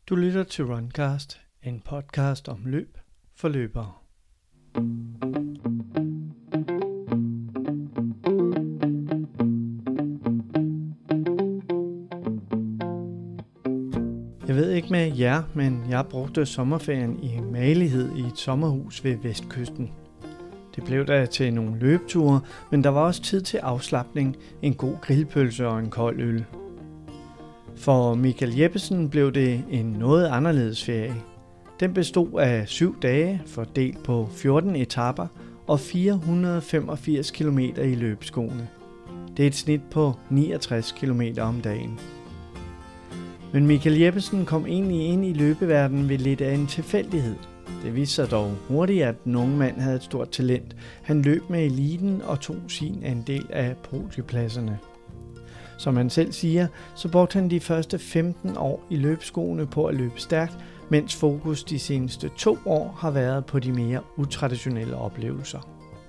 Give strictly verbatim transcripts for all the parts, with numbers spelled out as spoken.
Du lytter til Runcast, en podcast om løb for løbere. Jeg ved ikke med jer, men jeg brugte sommerferien i magelighed i et sommerhus ved Vestkysten. Det blev da til nogle løbeture, men der var også tid til afslapning, en god grillpølse og en kold øl. For Michael Jeppesen blev det en noget anderledes ferie. Den bestod af syv dage, fordelt på fjorten etaper og fire hundrede og femogfirs kilometer i løbeskoene. Det er et snit på niogtres kilometer om dagen. Men Michael Jeppesen kom egentlig ind i løbeverdenen ved lidt af en tilfældighed. Det viste sig dog hurtigt, at den unge mand havde et stort talent. Han løb med eliten og tog sin andel af podiepladserne. Som han selv siger, så brugte han de første femten år i løbeskoene på at løbe stærkt, mens fokus de seneste to år har været på de mere utraditionelle oplevelser.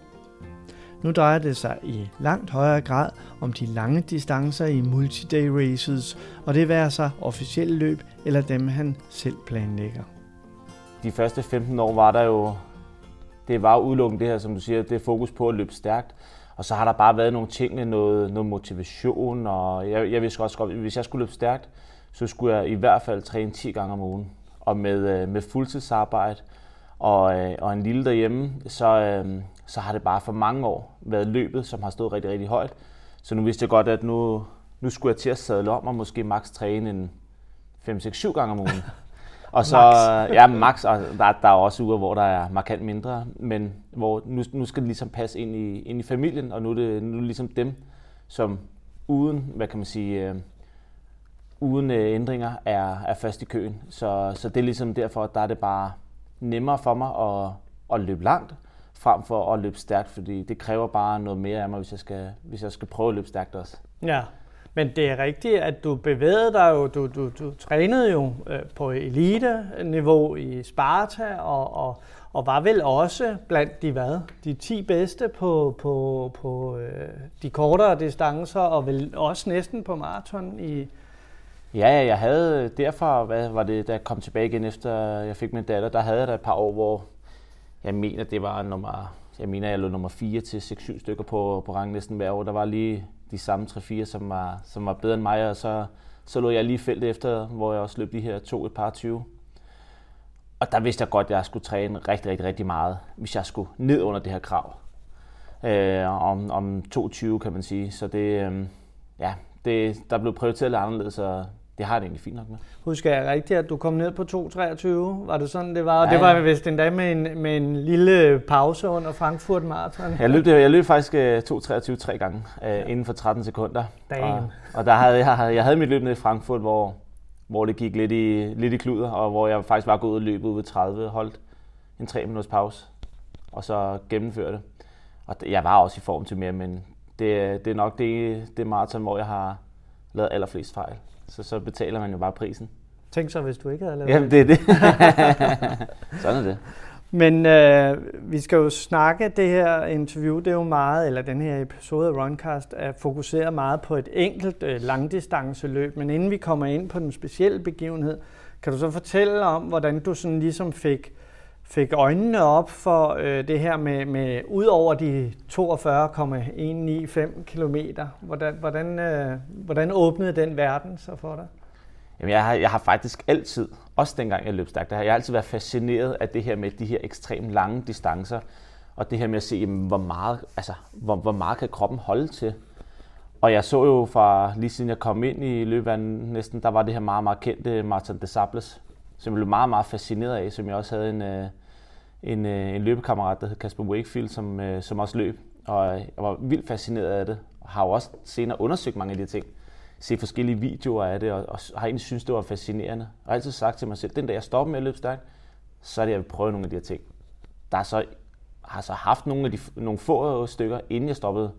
Nu drejer det sig i langt højere grad om de lange distancer i multi-day races, og det være sig officielle løb eller dem han selv planlægger. De første femten år var der jo, det var udelukkende det her, som du siger, det er fokus på at løbe stærkt. Og så har der bare været nogle ting, noget, noget motivation, og jeg, jeg vidste også godt, hvis jeg skulle løbe stærkt, så skulle jeg i hvert fald træne ti gange om ugen. Og med, med fuldtidsarbejde og, og en lille derhjemme, så, så har det bare for mange år været løbet, som har stået rigtig, rigtig højt. Så nu vidste jeg godt, at nu, nu skulle jeg til at sadle om og måske maks træne en fem, seks, syv gange om ugen. Og så, ja, max, og der, der er også uger, hvor der er markant mindre, men hvor nu, nu skal det ligesom passe ind i, ind i familien, og nu er, det, nu er det ligesom dem, som uden, hvad kan man sige, øh, uden øh, ændringer er, er først i køen. Så, så det er ligesom derfor, at der er det bare nemmere for mig at, at løbe langt, frem for at løbe stærkt, fordi det kræver bare noget mere af mig, hvis jeg skal, hvis jeg skal prøve at løbe stærkt også. Ja. Men det er rigtigt, at du bevægede dig jo, du, du, du trænede jo øh, på elite-niveau i Sparta, og, og, og var vel også blandt de, hvad, de ti bedste på, på, på øh, de kortere distancer, og vel også næsten på maraton i... Ja, ja, jeg havde derfor, hvad var det, da jeg kom tilbage igen efter jeg fik min datter, der havde jeg da et par år, hvor jeg mener, det var nummer, jeg mener, jeg lå nummer fire til seks syv stykker på, på ranglisten hver år. Der var lige de samme tre fire, som var, som var bedre end mig, og så, så lå jeg lige i feltet efter, hvor jeg også løb de her to et par tyve. Og der vidste jeg godt, at jeg skulle træne rigtig, rigtig, rigtig meget, hvis jeg skulle ned under det her krav. Øh, om, om toogtyve, kan man sige. Så det, øh, ja, det, der blev prioriteret lidt anderledes, og det har jeg det egentlig fint nok med. Husker jeg rigtigt, at du kom ned på to treogtyve? Var det sådan, det var? Og ja, det var vist endda med en, med en lille pause under Frankfurt Marathon. Jeg løb, jeg løb faktisk to treogtyve tre gange ja. inden for tretten sekunder. Og, og der havde jeg, jeg havde mit løb ned i Frankfurt, hvor, hvor det gik lidt i, lidt i kluder, og hvor jeg faktisk var gået ud og løbet ud ved tredive, holdt en tre minutters pause, og så gennemførte. Og jeg var også i form til mere, men det, det er nok det, det maraton, hvor jeg har lavet allerflest fejl. Så, så betaler man jo bare prisen. Tænk så, hvis du ikke havde lavet Jamen, det er det. Sådan er det. Men øh, vi skal jo snakke, det her interview, det er jo meget, eller den her episode af Runcast, er fokuseret meget på et enkelt øh, langdistanceløb. Men inden vi kommer ind på den specielle begivenhed, kan du så fortælle om, hvordan du sådan ligesom fik, fik øjnene op for øh, det her med, med ud over de toogfyrre komma et ni fem kilometer. Hvordan, hvordan, øh, hvordan åbnede den verden så for dig? Jamen, jeg har, jeg har faktisk altid, også dengang jeg løb stærkt, jeg har altid været fascineret af det her med de her ekstremt lange distancer, og det her med at se, jamen, hvor, meget, altså, hvor, hvor meget kan kroppen holde til. Og jeg så jo fra, lige siden jeg kom ind i løbeverdenen næsten, der var det her meget, meget kendte Martin des Sables, som jeg blev meget, meget fascineret af, som jeg også havde en, en, en løbekammerat, der hed Kasper Wakefield, som, som også løb. Og jeg var vildt fascineret af det, og har jo også senere undersøgt mange af de ting. Se forskellige videoer af det, og, og har egentlig synes det var fascinerende. Jeg har altid sagt til mig selv, den dag jeg stopper med at løbe stærkt, så er det, jeg vil prøve nogle af de her ting. Der så, har så haft nogle, af de, nogle få stykker, inden jeg stoppede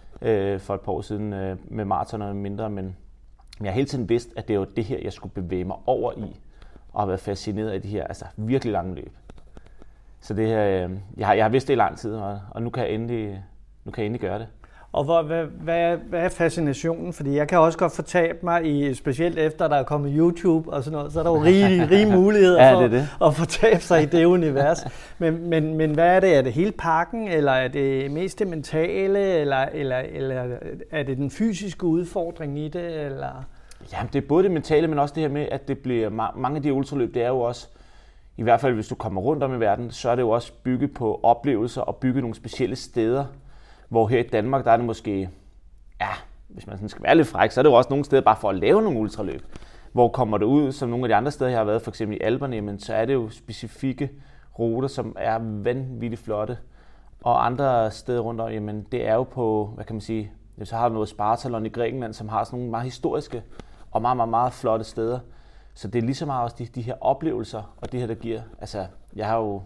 øh, for et par år siden øh, med maraton og mindre, men jeg har hele tiden vidst, at det var det her, jeg skulle bevæge mig over i, og har været fascineret af de her altså, virkelig lange løb. Så det her, øh, jeg, har, jeg har vidst det i lang tid, og, og nu, kan jeg endelig, nu kan jeg endelig gøre det. Og hvor, hvad, hvad, hvad er fascinationen? Fordi jeg kan også godt fortabe mig, i, specielt efter der er kommet YouTube og sådan noget, så er der jo rige, rige muligheder ja, for det det. at fortabe sig i det univers. Men, men, men hvad er det? Er det hele pakken, eller er det mest det mentale, eller, eller, eller er det den fysiske udfordring i det? Eller? Jamen, det er både det mentale, men også det her med, at det bliver mange af de ultraløb, det er jo også, i hvert fald hvis du kommer rundt om i verden, så er det jo også bygget på oplevelser og bygget nogle specielle steder. Hvor her i Danmark, der er det måske, ja, hvis man sådan skal være lidt fræk, så er det jo også nogle steder bare for at lave nogle ultraløb. Hvor kommer det ud, som nogle af de andre steder, jeg har været, for eksempel i Alperne, men så er det jo specifikke ruter, som er vanvittigt flotte. Og andre steder rundt om, jamen det er jo på, hvad kan man sige, så har du noget Spartalon i Grækenland, som har sådan nogle meget historiske og meget, meget, meget flotte steder. Så det er lige så meget også de, de her oplevelser, og det her, der giver, altså jeg har jo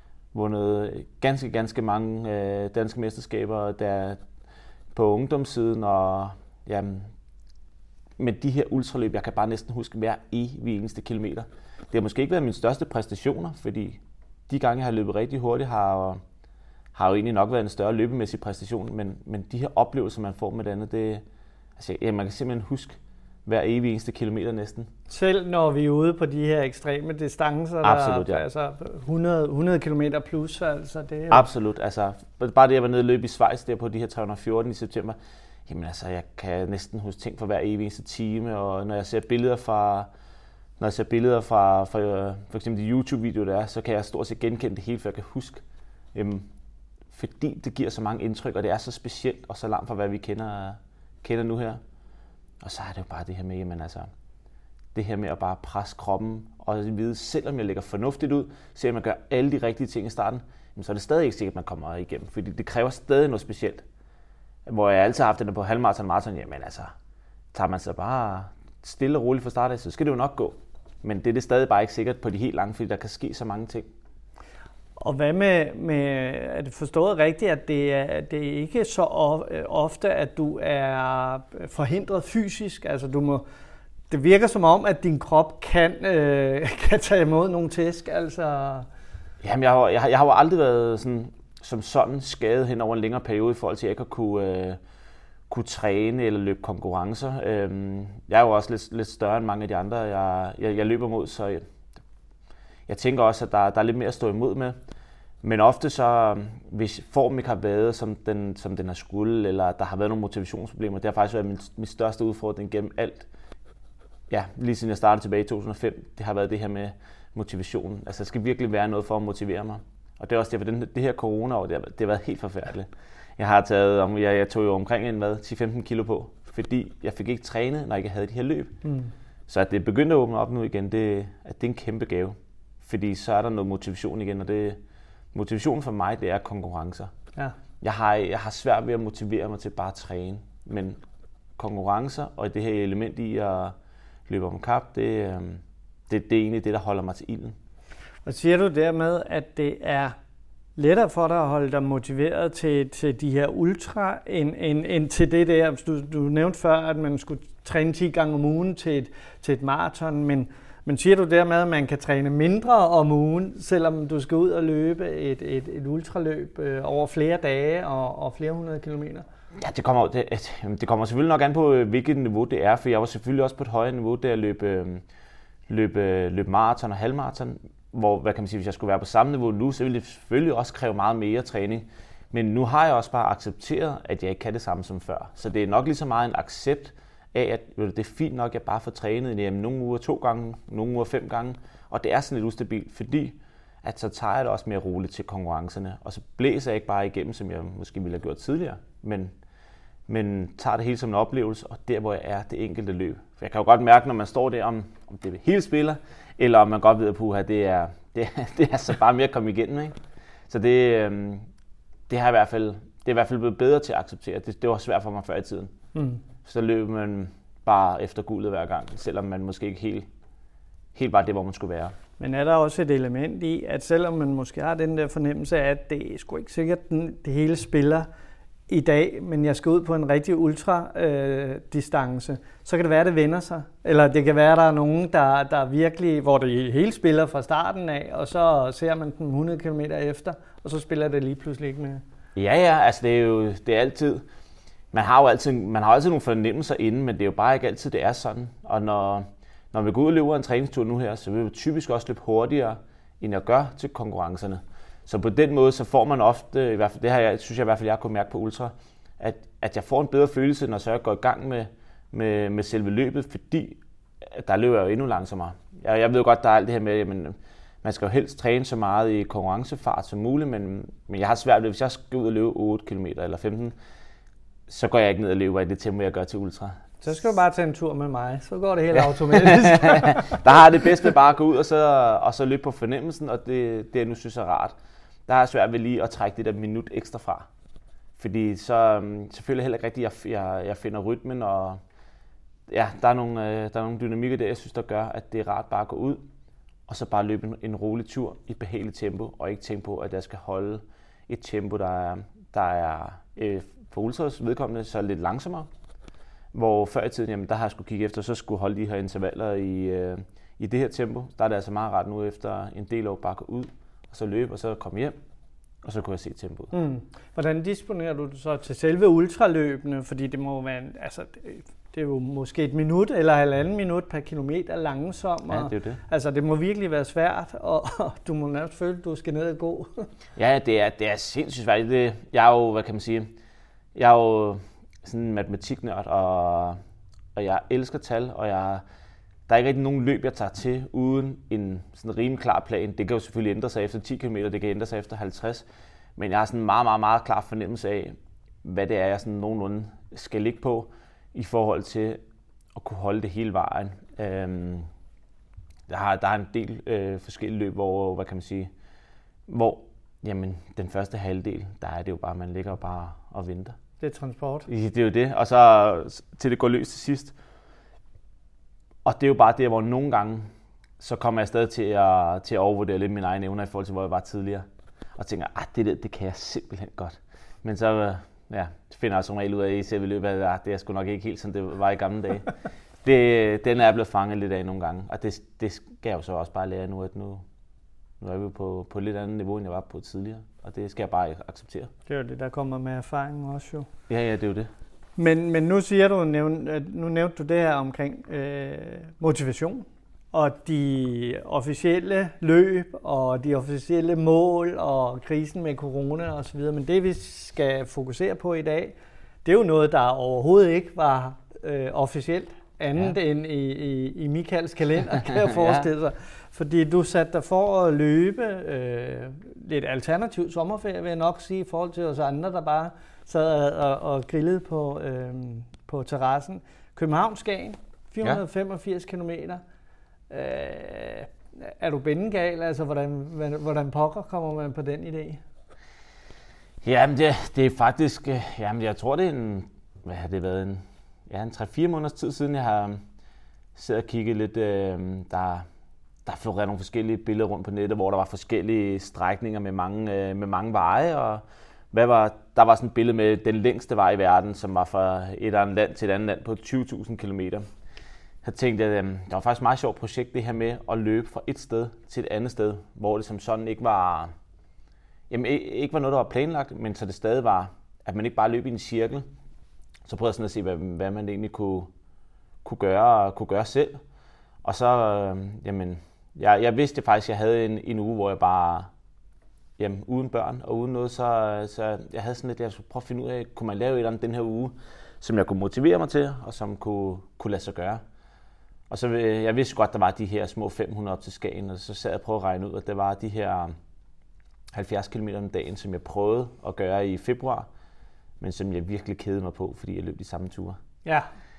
vundet ganske, ganske mange øh, danske mesterskaber der på ungdomssiden, og jamen, med de her ultraløb, jeg kan bare næsten huske hver evig eneste kilometer. Det har måske ikke været mine største præstationer, fordi de gange, jeg har løbet rigtig hurtigt, har, har jo egentlig nok været en større løbemæssig præstation, men, men de her oplevelser, man får med det andet, det, altså, ja, man kan simpelthen huske hver evig eneste kilometer næsten. Selv når vi er ude på de her ekstreme distancer, Absolut, der ja. altså hundrede, hundrede kilometer plus, altså det er... Absolut, altså bare det, jeg var nede og løb i Schweiz der på de her tre hundrede og fjorten i september, jamen altså, jeg kan næsten huske ting for hver evig eneste time, og når jeg ser billeder fra, når jeg ser billeder fra, fra for eksempel de YouTube-videoer, der er, så kan jeg stort set genkende det hele, for jeg kan huske, jamen, fordi det giver så mange indtryk, og det er så specielt og så langt fra, hvad vi kender, kender nu her. Og så er det jo bare det her med, jamen altså, det her med at bare presse kroppen, og vide, selvom jeg lægger fornuftigt ud, selvom man gør alle de rigtige ting i starten, jamen, så er det stadig ikke sikkert, at man kommer igennem, fordi det kræver stadig noget specielt. Hvor jeg altid har haft den på halvmarathon, marathon, jamen altså, tager man så bare stille og roligt fra start af, så skal det jo nok gå. Men det er det stadig bare ikke sikkert på de helt lange, fordi der kan ske så mange ting. Og hvad med, med er det forstået rigtigt, at det er, det er ikke så ofte, at du er forhindret fysisk? Altså du må, det virker som om, at din krop kan, øh, kan tage imod nogle tæsk, altså... Jamen, jeg har, jeg har, jeg har jo aldrig været sådan, som sådan skadet hen over en længere periode i forhold til, at jeg ikke har kunne, øh, kunne træne eller løbe konkurrencer. Øhm, jeg er jo også lidt, lidt større end mange af de andre, jeg, jeg, jeg løber mod, så jeg, jeg tænker også, at der, der er lidt mere at stå imod med. Men ofte så, hvis formen ikke har været, som den, som den har skulle, eller der har været nogle motivationsproblemer, det har faktisk været min, min største udfordring gennem alt. Ja, lige siden jeg startede tilbage i to tusind og fem, det har været det her med motivationen. Altså, der skal virkelig være noget for at motivere mig. Og det er også derfor, den, det her corona-år, det har, det har været helt forfærdeligt. Jeg har taget, jeg, jeg tog jo omkring en, hvad, ti til femten kilo på, fordi jeg fik ikke trænet, når jeg ikke havde de her løb. Mm. Så at det begyndte at åbne op nu igen, det, at det er en kæmpe gave. Fordi så er der noget motivation igen, og det, motivationen for mig, det er konkurrencer. Ja. Jeg, har, jeg har svært ved at motivere mig til bare at træne, men konkurrencer og det her element i at løbe om kap, det, det, det er egentlig det, der holder mig til ilden. Og siger du dermed, at det er lettere for dig at holde dig motiveret til, til de her ultra, end, end, end til det der, du, du nævnte før, at man skulle træne ti gange om ugen til et, til et maraton, men, men siger du dermed, at man kan træne mindre om ugen, selvom du skal ud og løbe et, et, et ultraløb øh, over flere dage og, og flere hundrede kilometer? Ja, det kommer, det, det kommer selvfølgelig nok an på, hvilket niveau det er, for jeg var selvfølgelig også på et højere niveau, der løb, løb, løb maraton og halvmaraton, hvor, hvad kan man sige, hvis jeg skulle være på samme niveau nu, så ville det selvfølgelig også kræve meget mere træning. Men nu har jeg også bare accepteret, at jeg ikke kan det samme som før. Så det er nok lige så meget en accept af, at det er fint nok, at jeg bare får trænet jamen, nogle uger to gange, nogle uger fem gange. Og det er sådan lidt ustabilt, fordi at så tager jeg det også mere roligt til konkurrencerne. Og så blæser jeg ikke bare igennem, som jeg måske ville have gjort tidligere. Men, men tager det hele som en oplevelse, og der hvor jeg er, det enkelte løb. For jeg kan jo godt mærke, når man står der, om, om det er hele spiller, eller om man godt ved, at puha, det er, det, det er så bare mere at komme igennem. Ikke? Så det, øhm, det, har i hvert fald, det er i hvert fald blevet bedre til at acceptere. Det, det var svært for mig før i tiden. Mm. Så løb man bare efter guldet hver gang, selvom man måske ikke helt, helt var det, hvor man skulle være. Men er der også et element i, at selvom man måske har den der fornemmelse af, at det er sgu ikke sikkert, at det hele spiller i dag, men jeg skal ud på en rigtig ultra-distance, øh, så kan det være, at det vender sig. Eller det kan være, at der er nogen, der, der virkelig, hvor det hele spiller fra starten af, og så ser man den hundrede kilometer efter, og så spiller det lige pludselig ikke mere. Ja, ja, altså det er jo det er altid, man har jo altid, man har altid nogle fornemmelser inden, men det er jo bare ikke altid, det er sådan. Og når, når vi går ud og løber en træningstur nu her, så vil vi typisk også løbe hurtigere, end jeg gør til konkurrencerne. Så på den måde, så får man ofte, i hvert fald, det her jeg, synes jeg i hvert fald, jeg kunne mærke på ultra, at, at jeg får en bedre følelse, når så jeg går i gang med, med, med selve løbet, fordi der løber jeg jo endnu langsommere. Jeg, jeg ved godt, der er alt det her med, at man skal jo helst træne så meget i konkurrencefart som muligt, men, men jeg har svært ved, hvis jeg skal ud og løbe otte kilometer eller femten, så går jeg ikke ned og løber i det tempo, jeg gør til ultra. Så skal du bare tage en tur med mig, så går det helt automatisk. Der har det bedste bare at gå ud og så, og så løbe på fornemmelsen, og det, det jeg nu synes er rart. Der har jeg svært ved lige at trække det der minut ekstra fra. Fordi så, så føler jeg heller ikke rigtigt, at jeg, jeg, jeg finder rytmen, og ja, der er, nogle, der er nogle dynamikker der, jeg synes, der gør, at det er rart bare at gå ud, og så bare løbe en, en rolig tur i et behageligt tempo, og ikke tænke på, at jeg skal holde et tempo, der er, der er øh, for ultras vedkommende så lidt langsommere. Hvor før i tiden, jamen, der har jeg skulle kigge efter, så skulle holde de her intervaller i, øh, i det her tempo. Der er det altså meget rart nu efter en del år bare gå ud, og så løbe, og så komme hjem, og så kunne jeg se tempoet. Mm. Hvordan disponerer du så til selve ultraløbene? Fordi det må være, altså, det er jo måske et minut eller halvanden minut per kilometer langsomt. Ja, det er det. Altså, det må virkelig være svært, og, og du må nærmest føle, at du skal ned og gå. Ja, det er, det er sindssygt svært. Det, jeg er jo, hvad kan man sige, jeg er jo sådan en matematiknørd, og, og jeg elsker tal, og jeg, der er ikke rigtig nogen løb, jeg tager til, uden en sådan rimelig klar plan. Det kan jo selvfølgelig ændre sig efter ti kilometer, det kan ændre sig efter halvtreds, men jeg har sådan en meget, meget, meget klar fornemmelse af, hvad det er, jeg sådan nogenlunde skal ligge på, i forhold til at kunne holde det hele vejen. Øhm, der, har, der er en del øh, forskellige løb, hvor, hvad kan man sige, hvor jamen, den første halvdel, der er det jo bare, man ligger og bare og venter. Det er transport. Det er jo det, og så til det går løs til sidst. Og det er jo bare det, hvor nogle gange, så kommer jeg stadig til at, til at overvurdere lidt mine egne evner i forhold til, hvor jeg var tidligere. Og tænker, at det der, det kan jeg simpelthen godt. Men så ja, finder jeg som regel ud af i selve løbet, at det er sgu nok ikke helt, som det var i gamle dage. Det, den er jeg blevet fanget lidt af nogle gange, og det, det skal jeg jo så også bare lære nu, at nu, nu er vi på, på et lidt andet niveau, end jeg var på tidligere. Og det skal jeg bare acceptere. Det er jo det, der kommer med erfaring også jo. Ja, ja, det er jo det. Men, men nu siger du, nu nævnte du det her omkring øh, motivation, og de officielle løb, og de officielle mål, og krisen med corona osv. Men det, vi skal fokusere på i dag, det er jo noget, der overhovedet ikke var øh, officielt andet ja. end i, i, i Michaels kalender, kan jeg forestille sig. Ja. Fordi du satte dig for at løbe øh, lidt alternativ sommerferie, vil jeg nok sige, i forhold til os andre, der bare sad og, og grillede på, øh, på terrassen. København-Skagen, fire hundrede og femogfirs ja. kilometer. Øh, er du bændegal? Altså, hvordan, hvordan pokker kommer man på den idé? Jamen, det, det er faktisk, jamen, jeg tror, det er en, hvad har det været, en, ja, en tre fire måneders tid siden, jeg har siddet og kigget lidt, øh, der, der florerede nogle forskellige billeder rundt på nettet, hvor der var forskellige strækninger med mange, øh, med mange veje, og hvad var, der var sådan et billede med den længste vej i verden, som var fra et eller andet land til et andet land på tyve tusind kilometer. Jeg tænkte, at øh, det var faktisk et meget sjovt projekt, det her med at løbe fra et sted til et andet sted, hvor det som sådan ikke var, jamen, ikke var noget, der var planlagt, men så det stadig var, at man ikke bare løb i en cirkel. Så prøvede jeg sådan at se, hvad, hvad man egentlig kunne, kunne, gøre, kunne gøre selv. Og så, øh, jamen, jeg, jeg vidste faktisk, at jeg havde en, en uge, hvor jeg bare, jamen, uden børn og uden noget, så, så jeg havde sådan lidt, jeg skulle prøve at finde ud af, kunne man lave et eller andet den her uge, som jeg kunne motivere mig til, og som kunne, kunne lade sig gøre. Og så, jeg vidste godt, der var de her små fem hundrede op til Skagen, og så sad jeg og prøvede at regne ud, at det var de her halvfjerds kilometer om dagen, som jeg prøvede at gøre i februar, men som jeg virkelig kedede mig på, fordi jeg løb de samme ture. Ja.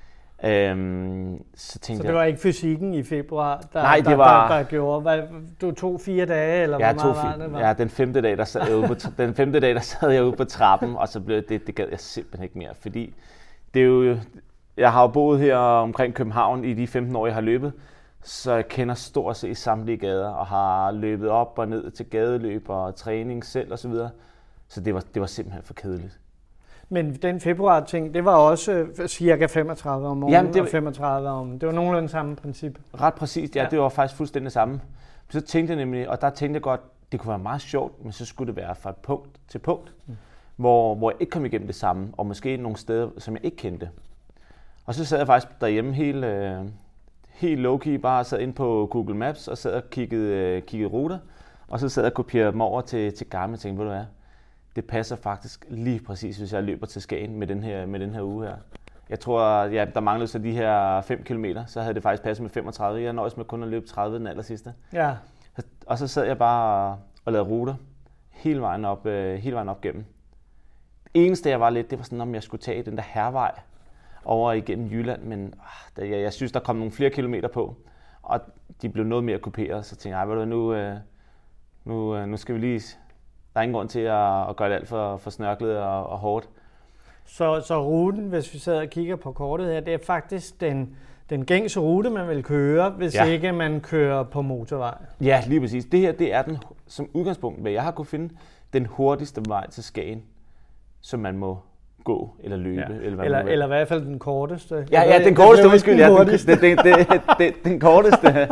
Øhm, så, så det var ikke fysikken i februar, der, nej, det der, var, der, der gjorde? Hvad, du tog fire dage, eller ja, hvor meget var det? Var? Ja, den femte dag, der sad jeg ude på, den femte dag, der sad jeg ude på trappen, og så blev det, det gad jeg simpelthen ikke mere, fordi det er jo, jeg har jo boet her omkring København i de femten år, jeg har løbet, så jeg kender stort set samtlige gader, og har løbet op og ned til gadeløb og træning selv og så videre. Så det var, det var simpelthen for kedeligt. Men den februar-ting, det var også cirka femogtredive om morgenen. Jamen, det var, og femogtredive om. Det var nogenlunde samme princip. Ret præcist, ja, ja. Det var faktisk fuldstændig det samme. Så tænkte jeg nemlig, og der tænkte jeg godt, det kunne være meget sjovt, men så skulle det være fra punkt til punkt. Mm. hvor, hvor jeg ikke kom igennem det samme, og måske nogle steder, som jeg ikke kendte. Og så sad jeg faktisk derhjemme helt, øh, helt low-key, bare sad ind på Google Maps og sad og kiggede, øh, kiggede ruter, og så sad jeg og kopierede dem over til, til Garmin og tænkte, ved du hvad, det passer faktisk lige præcis, hvis jeg løber til Skagen med den her, med den her uge her. Jeg tror, ja, der manglede så de her fem kilometer, så havde det faktisk passet med femogtredive. Jeg nøjes med kun at løbe tredive den aller sidste. Ja. Og så sad jeg bare og lavede ruter hele vejen op, øh, hele vejen op gennem. Det eneste, jeg var lidt, det var sådan, om jeg skulle tage den der hervej over igennem Jylland, men øh, jeg, jeg synes, der kom nogle flere kilometer på, og de blev noget mere kuperet, så tænkte jeg, ved du hvad, nu, øh, nu, øh, nu skal vi lige, der er ingen grund til at, at gøre det alt for, for snørklet og, og hårdt. Så, så ruten, hvis vi sidder og kigger på kortet her, det er faktisk den, den gængse rute, man vil køre, hvis ja. ikke man kører på motorvej. Ja, lige præcis. Det her, det er den, som udgangspunkt, hvad jeg har kunne finde, den hurtigste vej til Skagen, som man må gå eller løbe. Ja. Eller, hvad eller, man eller i hvert fald den korteste. Ja, ja, den korteste, undskyld. Ja, den, den, den, den, den korteste.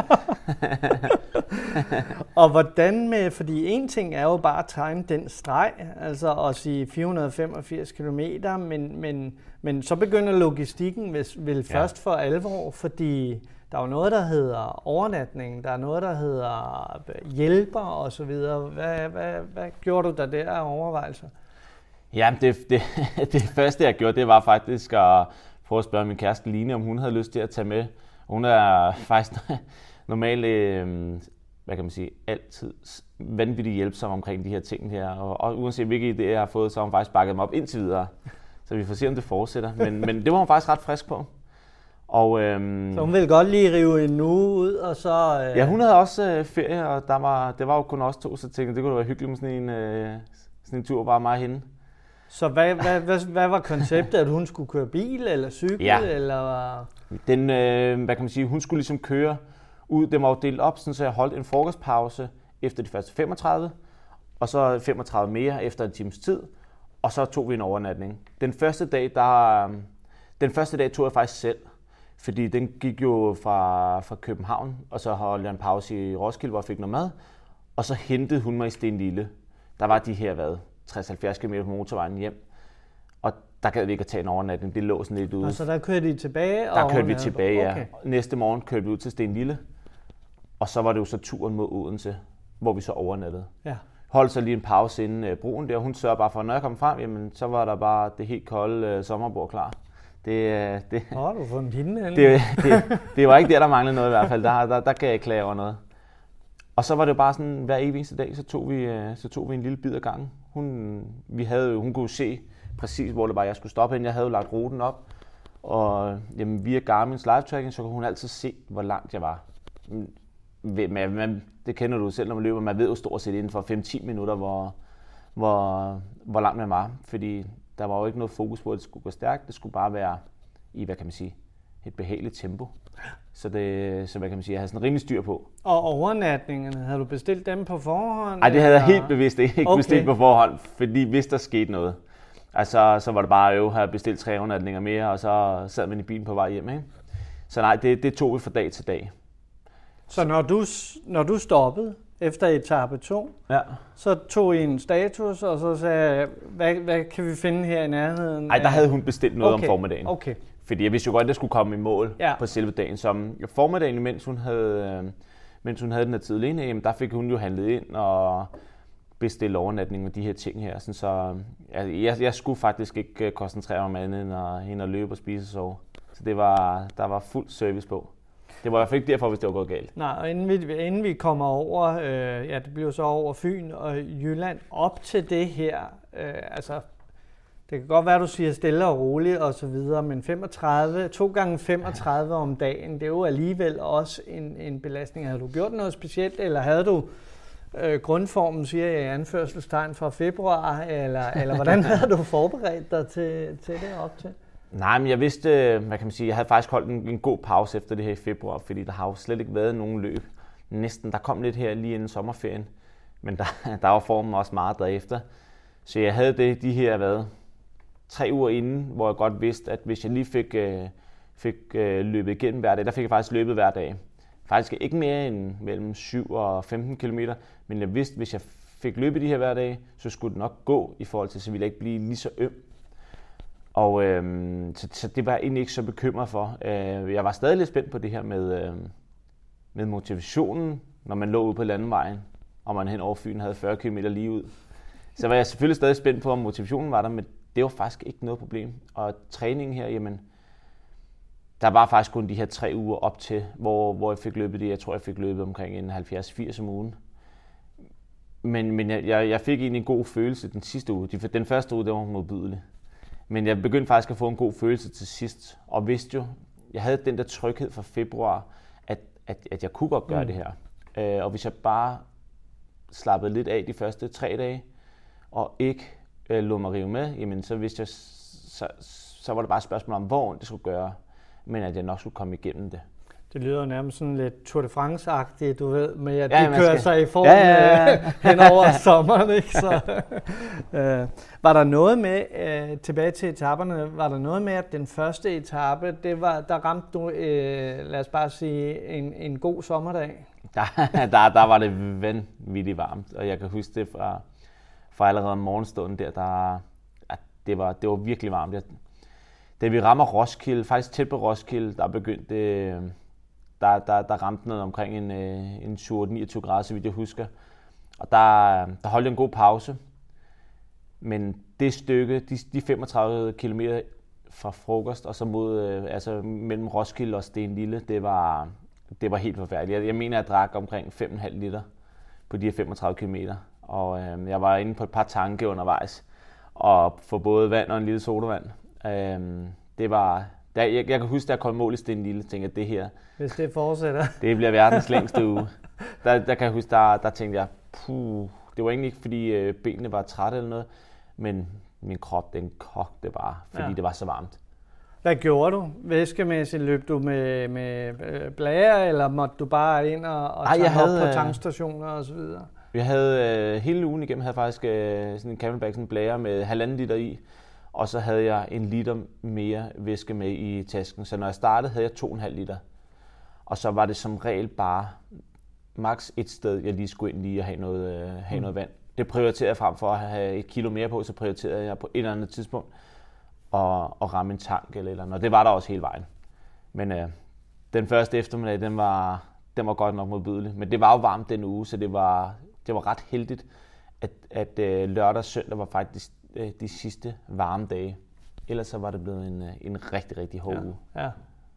Og hvordan med, fordi en ting er jo bare at tegne den streg, altså at sige fire hundrede og femogfirs kilometer, men, men, men så begynder logistikken vel, vel ja. først for alvor, fordi der er jo noget, der hedder overnatning, der er noget, der hedder hjælper osv. Hvad, hvad, hvad gjorde du der der af overvejelser? Ja, det, det, det første, jeg gjorde, det var faktisk at prøve at spørge min kæreste Line, om hun havde lyst til at tage med. Hun er faktisk normalt, øh, hvad kan man sige, altid vanvittigt hjælpsom omkring de her ting her. Og, og uanset hvilke idéer jeg har fået, så har hun faktisk bakket mig op indtil videre. Så vi får se, om det fortsætter. Men, men det var hun faktisk ret frisk på. Og, øhm, så hun ville godt lige rive en uge ud, og så... Øh... Ja, hun havde også øh, ferie, og der var, det var jo kun os to, så tænkte jeg, det kunne være hyggeligt med sådan en, øh, sådan en tur, bare mig og hende. Så hvad, hvad, hvad, hvad var konceptet, at hun skulle køre bil eller cykel? Ja. Eller? Den, øh, hvad kan man sige, hun skulle ligesom køre ud, den var jo delt op, sådan, så jeg holdt en frokostpause efter de første femogtredive, og så femogtredive mere efter en times tid, og så tog vi en overnatning. Den første dag, der, den første dag tog jeg faktisk selv, fordi den gik jo fra, fra København, og så holdt jeg en pause i Roskilde, hvor jeg fik noget mad, og så hentede hun mig i Stenlille. Der var de her, hvad, tres til halvfjerds kilometer på motorvejen hjem, og der gad vi ikke at tage en overnatning, det lå sådan lidt ude. Og så der kørte I tilbage? Der kørte vi tilbage, ja. Okay. Næste morgen kørte vi ud til Stenlille, og så var det jo så turen mod Odense, hvor vi så overnattede. Ja. Holdt så lige en pause inden uh, broen der, hun sørger bare for, at når jeg kom frem, jamen, så var der bare det helt kolde uh, sommerbord klar. Det, uh, det, Åh, oh, du har fundet hende. det, det, det var ikke der, der manglede noget i hvert fald. Der, der, der kan jeg ikke klage over noget. Og så var det jo bare sådan, hver evig eneste dag, så tog vi, uh, så tog vi en lille bid ad gangen. Hun, vi havde, hun kunne se præcis, hvor det var, jeg skulle stoppe hen. Jeg havde jo lagt ruten op, og jamen, via Garmin's live tracking, så kunne hun altid se, hvor langt jeg var. Man, man, det kender du selv, når man løber. Man ved jo stort set inden for fem til ti minutter, hvor, hvor, hvor langt man var. Fordi der var jo ikke noget fokus på, at det skulle gå stærkt. Det skulle bare være i, hvad kan man sige, et behageligt tempo. Så det, så hvad kan man sige, jeg havde sådan rimelig styr på. Og overnatningerne, havde du bestilt dem på forhånd? Nej, det havde jeg helt bevidst ikke okay. bestilt på forhånd, fordi hvis der skete noget, altså, så var det bare at have bestilt tre overnatninger mere, og så sad man i bilen på vej hjem. Ikke? Så nej, det, det tog vi fra dag til dag. Så når du, når du stoppede efter etape to, ja. så tog I en status, og så sagde hvad, hvad kan vi finde her i nærheden? Nej, der havde hun bestilt noget okay. om formiddagen. Okay. Fordi jeg vidste jo godt, at jeg skulle komme i mål ja. på selve dagen. Så formiddagen, mens hun havde, mens hun havde den her tid alene, der fik hun jo handlet ind og bestilt overnatning med de her ting her. Så jeg, jeg skulle faktisk ikke koncentrere mig andet end at, end at løbe og spise og sove. Så det var, der var fuld service på. Det var i hvert fald ikke derfor, hvis det var gået galt. Nej, og inden vi, inden vi kommer over, øh, ja, det bliver så over Fyn og Jylland, op til det her, øh, altså, det kan godt være, du siger stille og roligt og så videre, men femogtredive, to gange femogtredive om dagen, det er jo alligevel også en, en belastning. Havde du gjort noget specielt, eller havde du øh, grundformen, siger jeg i anførselstegn, fra februar, eller, eller hvordan havde du forberedt dig til, til det op til? Nej, men jeg vidste, hvad kan man sige, jeg havde faktisk holdt en, en god pause efter det her i februar, fordi der har jo slet ikke været nogen løb. Næsten, der kom lidt her lige inden sommerferien, men der, der var formen også meget derefter. Så jeg havde det de her, hvad, tre uger inden, hvor jeg godt vidste, at hvis jeg lige fik, øh, fik øh, løbet igennem hver dag, der fik jeg faktisk løbet hver dag. Faktisk ikke mere end mellem syv og femten kilometer, men jeg vidste, hvis jeg fik løbet de her hver dag, så skulle det nok gå i forhold til, så ville jeg ikke blive lige så øm. Og øhm, så, så det var jeg egentlig ikke så bekymret for. Øh, jeg var stadig lidt spændt på det her med, øh, med motivationen, når man lå ude på landevejen, og man hen over Fyn havde fyrre kilometer lige ud. Så var jeg selvfølgelig stadig spændt på, om motivationen var der, men det var faktisk ikke noget problem. Og træningen her, jamen, der var faktisk kun de her tre uger op til, hvor, hvor jeg fik løbet det. Jeg tror, jeg fik løbet omkring en halvfjerds til firs om ugen. Men, men jeg, jeg fik egentlig en god følelse den sidste uge. Den første uge, det var modbydelig. Men jeg begyndte faktisk at få en god følelse til sidst. Og vidste jo, jeg havde den der tryghed fra februar, at, at, at jeg kunne godt gøre mm. det her. Øh, og hvis jeg bare slappede lidt af de første tre dage, og ikke øh, lod mig rive med, jamen så vidste jeg, så, så var det bare et spørgsmål om, hvor det skulle gøre, men at jeg nok skulle komme igennem det. Det lyder nærmest sådan lidt Tour de France-agtigt, du ved, med at ja, de kører skal... sig i form ja, ja, ja. hen over sommeren, ikke? Så, øh, var der noget med, øh, tilbage til etaperne, var der noget med, at den første etape, det var, der ramte du, øh, lad os bare sige, en, en god sommerdag? Der, der, der var det vanvittigt varmt, og jeg kan huske det fra, fra allerede om morgenstunden der, der at det, var, det var virkelig varmt. Jeg, da vi rammer Roskilde, faktisk tæt på Roskilde, der begyndte øh, Der, der, der ramte noget omkring en, en syvogtyve til niogtyve grader, så vidt jeg husker. Og der, der holdt jeg en god pause. Men det stykke, de, de femogtredive kilometer fra frokost, og så mod, altså mellem Roskilde og Stenlille, det var, det var helt forfærdeligt. Jeg, jeg mener, jeg drak omkring fem komma fem liter på de her femogtredive kilometer. Og øh, jeg var inde på et par tanke undervejs, og få både vand og en lille sodavand. Øh, det var... Der, jeg, jeg kan huske, da jeg kom i mål i Stenlille, og tænkte, at det her... Hvis det fortsætter. Det bliver verdens længste uge. Der, der kan jeg huske, der, der tænkte jeg, puh, det var egentlig ikke, fordi øh, benene var trætte eller noget, men min krop, den kogte bare, fordi ja. det var så varmt. Hvad gjorde du? Væskemæssigt løb du med, med blære, eller måtte du bare ind og, og Ej, tanke havde, op på tankstationer og så videre? Jeg havde øh, hele ugen igennem, havde faktisk øh, sådan en Camelback, sådan en blære med halvanden liter i, og så havde jeg en liter mere væske med i tasken. Så når jeg startede, havde jeg to komma fem liter. Og så var det som regel bare maks et sted, jeg lige skulle ind lige og have noget, øh, have mm. noget vand. Det prioriterede jeg frem for at have et kilo mere på, så prioriterede jeg på et eller andet tidspunkt at, at ramme en tank eller eller andet. Og det var der også hele vejen. Men øh, den første eftermiddag, den var, den var godt nok modbydelig. Men det var jo varmt den uge, så det var, det var ret heldigt, at, at øh, lørdag og søndag var faktisk øh, de sidste varme dage. Ellers så var det blevet en, en rigtig, rigtig hård ja. uge. Ja.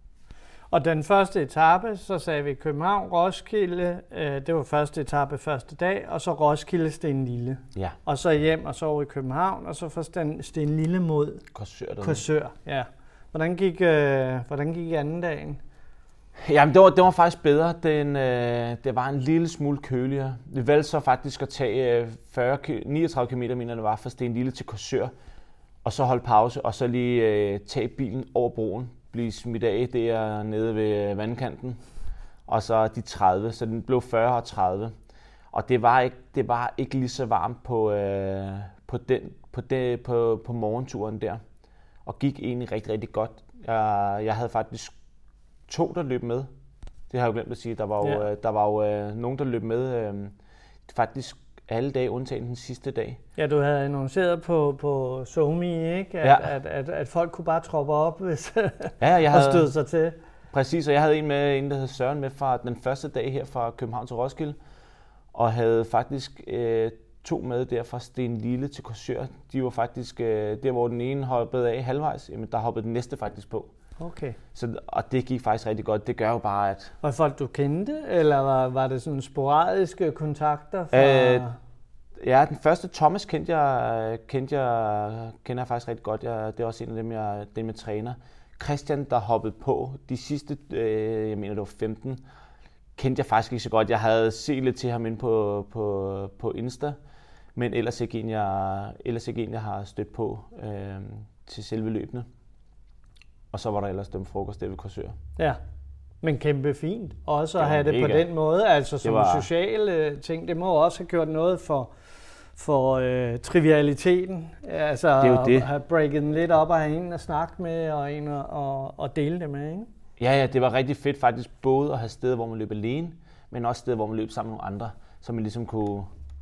Og den første etape, så sagde vi København, Roskilde, øh, det var første etape første dag, og så Roskilde, Stenlille. Ja. Og så hjem og så over i København, og så fra Stenlille mod Korsør. Korsør, ja. Hvordan gik, øh, hvordan gik anden dagen? Jamen, det var, det var faktisk bedre. Den, øh, det var en lille smule køligere. Vi valgte så faktisk at tage øh, fyrre, niogtredive kilometer, mener det var, fra Stenlille til Korsør, og så holde pause, og så lige øh, tage bilen over broen, blive smidt af der nede ved vandkanten, og så de tredive, så den blev fyrre og tredive. Og det var ikke, det var ikke lige så varmt på, øh, på, den, på, det, på, på morgenturen der, og gik egentlig rigtig, rigtig godt. Jeg, jeg havde faktisk to, der løb med. Det har jeg jo glemt at sige. Der var jo, ja. der var jo øh, nogen, der løb med øh, faktisk alle dage, undtagen den sidste dag. Ja, du havde annonceret på, på SoMe, ikke? At, ja. at, at, at folk kunne bare troppe op hvis ja, jeg havde, og støde sig til. Præcis, og jeg havde en med, en der hed Søren med fra den første dag her fra København til Roskilde, og havde faktisk øh, to med der fra Stenlille til Korsør. De var faktisk, øh, der hvor den ene hoppede af halvvejs, jamen der hoppede den næste faktisk på. Okay. Så, og det gik faktisk rigtig godt. Det gør jo bare, at... Var folk, du kendte, eller var, var det sådan sporadiske kontakter? Fra... Øh, ja, den første Thomas kendte jeg, kendte jeg, kender jeg faktisk rigtig godt. Jeg, det er også en af dem, jeg, dem, jeg træner. Christian, der hoppede på de sidste, øh, jeg mener det var femten, kendte jeg faktisk ikke så godt. Jeg havde set lidt til ham inde på, på, på Insta, men ellers ikke en, jeg, ellers ikke en, jeg har stødt på øh, til selve løbene. Og så var der ellers dem frokost der ved Korsør. Ja, men kæmpe fint. Også at have det mega. På den måde, altså som var... sociale ting. Det må også have gjort noget for, for øh, trivialiteten. Altså det er jo det. At have breaket den lidt op og have en at snakke med og en at og, og dele det med, ikke? Ja, ja, det var rigtig fedt faktisk både at have steder, hvor man løb alene, men også steder, hvor man løb sammen med nogle andre, så man ligesom kunne,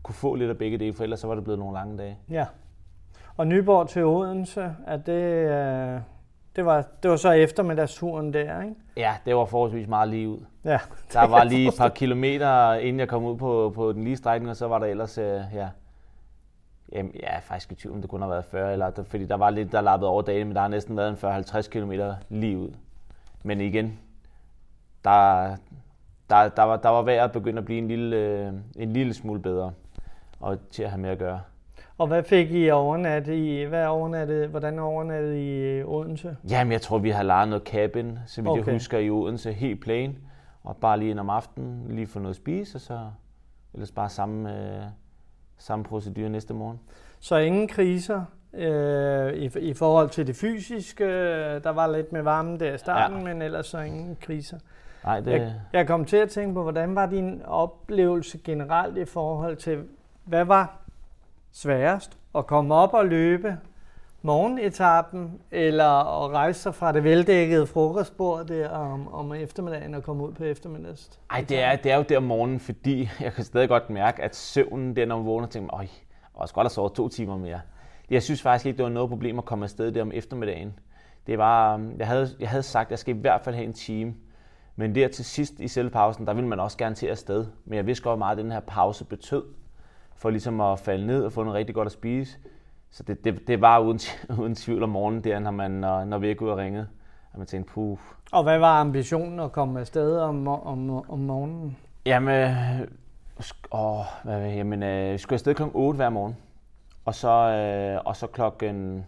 kunne få lidt af begge dele, for ellers så var det blevet nogle lange dage. Ja. Og Nyborg til Odense, er det, øh, det, var, det var så eftermiddagsturen der, ikke? Ja, det var forholdsvis meget lige ud. Ja, der var lige et par kilometer, inden jeg kom ud på, på den lige strækning, og så var der ellers, øh, ja, jamen, jeg er faktisk i tvivl, om det kunne have været fyrre, eller, fordi der var lidt, der lappede over dagen, men der har næsten været en fyrre til halvtreds kilometer lige ud. Men igen, der, der, der, var, der var vejret begyndt at blive en lille, øh, en lille smule bedre, og til at have med at gøre. Og hvad fik I overnattet i? Hvad overnattede, hvordan overnattede I i Odense? Jamen, jeg tror, vi har lejet noget cabin, så vidt okay. jeg husker, i Odense, helt plain. Og bare lige ind om aftenen, lige få noget at spise, og så ellers bare samme, øh, samme procedure næste morgen. Så ingen kriser øh, i, i forhold til det fysiske? Der var lidt med varmen der i starten, ja. Men ellers så ingen kriser. Nej, det... jeg, jeg kom til at tænke på, hvordan var din oplevelse generelt i forhold til, hvad var sværest? At komme op og løbe morgenetappen, eller at rejse sig fra det veldækkede frokostbord der om, om eftermiddagen og komme ud på eftermiddags? Ej, det er, det er jo der om morgenen, fordi jeg kan stadig godt mærke, at søvnen, der når man vågner, tænker jeg, jeg også godt have sovet to timer mere. Jeg synes faktisk ikke, det var noget problem at komme afsted der om eftermiddagen. Det var, jeg havde, jeg havde sagt, at jeg skal i hvert fald have en time. Men der til sidst i selve pausen, der ville man også gerne til afsted. Men jeg vidste godt, hvor meget den her pause betød, for ligesom at falde ned og få noget rigtig godt at spise. Så det, det, det var uden, uden tvivl om morgenen der, når, man, når, når vi ikke ud og ringede. Og man tænkte, puh. Og hvad var ambitionen at komme afsted om, om, om morgenen? Jamen, åh, hvad, jamen øh, vi skulle afsted klokken otte hver morgen. Og så, øh, og så klokken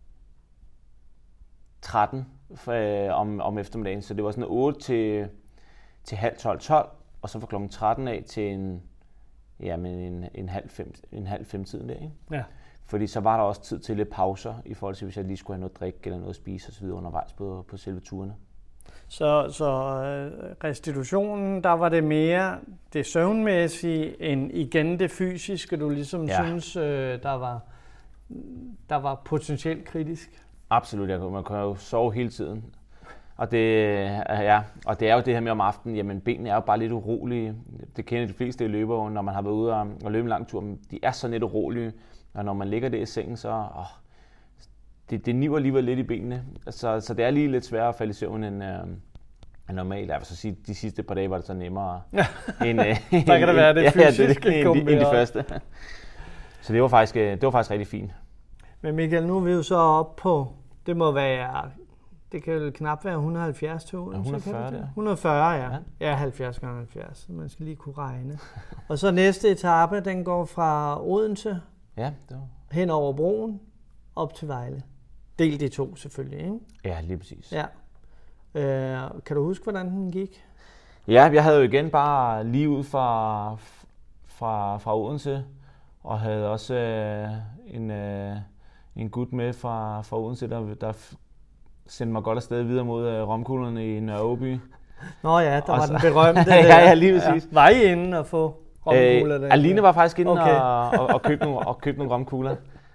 tretten øh, om, om eftermiddagen. Så det var sådan otte til, til halv tolv, tolv. Og så fra klokken tretten af til en, jamen en, en halv fem, en halv fem tiden der, ikke? Ja. Fordi så var der også tid til lidt pauser, i forhold til, hvis jeg lige skulle have noget at drikke eller noget at spise osv. undervejs på, på selve turene. Så, så restitutionen, der var det mere det søvnmæssige, end igen det fysiske, du ligesom ja. synes, der var, der var potentielt kritisk? Absolut, jeg, man kan jo sove hele tiden. Og det, ja, og det er jo det her med om aftenen, jamen benene er jo bare lidt urolige. Det kender de fleste i løbere, når man har været ude og, og løbe en lang tur. De er så lidt urolige, og når man ligger der i sengen, så åh, det, det niver alligevel lidt i benene. Så, så det er lige lidt sværere at falde i søvn end, øh, end normalt. Jeg vil så sige, de sidste par dage var det så nemmere end, øh, der kan det være det fysiske ja, det, end, end de første. Så det var faktisk, det var faktisk rigtig fint. Men Michael, nu er vi jo så oppe på, det må være... Det kan jo knap være et hundrede og halvfjerds til Odense. Ja, et hundrede og fyrre der. et hundrede og fyrre, ja. Ja, ja halvfjerds gange halvfjerds. Man skal lige kunne regne. Og så næste etape, den går fra Odense ja, det var... hen over broen op til Vejle. Del de to selvfølgelig, ikke? Ja, lige præcis. Ja. Øh, kan du huske, hvordan den gik? Ja, jeg havde jo igen bare lige ud fra, fra, fra Odense, og havde også øh, en, øh, en gut med fra, fra Odense, der, der sendte mig godt afsted videre mod øh, romkuglerne i Nørreby. Nå ja, der var så, den berømte. ja, ja, lige præcis. Ja. Var I inde og få romkugler? Øh, Aline var faktisk inde okay. og, og, og, købte nogle, og købte nogle romkugler.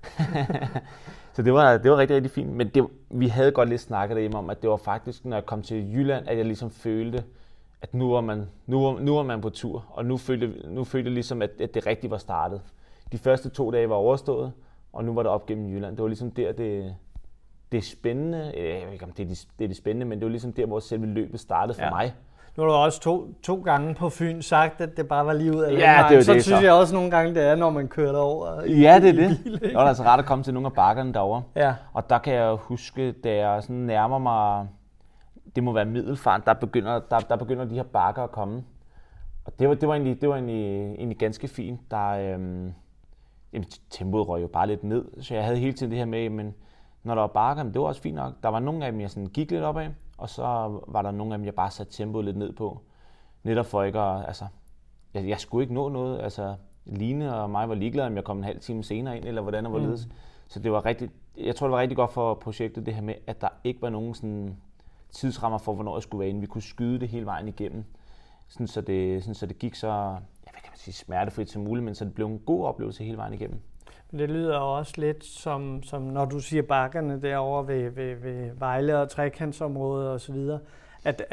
Så det var, det var rigtig, rigtig fint. Men det, vi havde godt lidt snakket derhjemme om, at det var faktisk, når jeg kom til Jylland, at jeg ligesom følte, at nu var man, nu var, nu var man på tur. Og nu følte, nu følte jeg ligesom, at, at det rigtigt var startet. De første to dage var overstået, og nu var det op gennem Jylland. Det var ligesom der, det... Det er spændende, jeg ved ikke om det er, det, det er det spændende, men det var ligesom der, hvor selve løbet startede for ja. mig. Nu har du også to, to gange på Fyn sagt, at det bare var lige ud af ja, det så det, synes så. jeg også nogle gange, det er, når man kører derover. Ja, det er det. Bil, det var altså ret at komme til nogle af bakkerne derovre. Ja. Og der kan jeg huske, da jeg sådan nærmer mig, det må være Middelfart, der begynder, der, der begynder de her bakker at komme. Og det var, det var, egentlig, det var egentlig, egentlig ganske fint. Der, øhm, jamen, tempoet røg jo bare lidt ned, så jeg havde hele tiden det her med, men når der var bakker, det var også fint nok. Der var nogle af dem, jeg sådan gik lidt opad, og så var der nogle af dem, jeg bare satte tempoet lidt ned på. Netop for ikke at, altså, jeg, jeg skulle ikke nå noget. Altså, Line og mig var ligeglade, om jeg kom en halv time senere ind, eller hvordan og hvorledes. Mm. Så det var rigtig, jeg tror, det var rigtig godt for projektet, det her med, at der ikke var nogen sådan tidsrammer for, hvornår jeg skulle være inde. Vi kunne skyde det hele vejen igennem, sådan så det, sådan så det gik så, ja, hvad kan man sige, smertefrit som muligt, men så det blev en god oplevelse hele vejen igennem. Det lyder også lidt som, som når du siger bakkerne derovre ved, ved, ved Vejle og trekantsområdet og så videre, at, at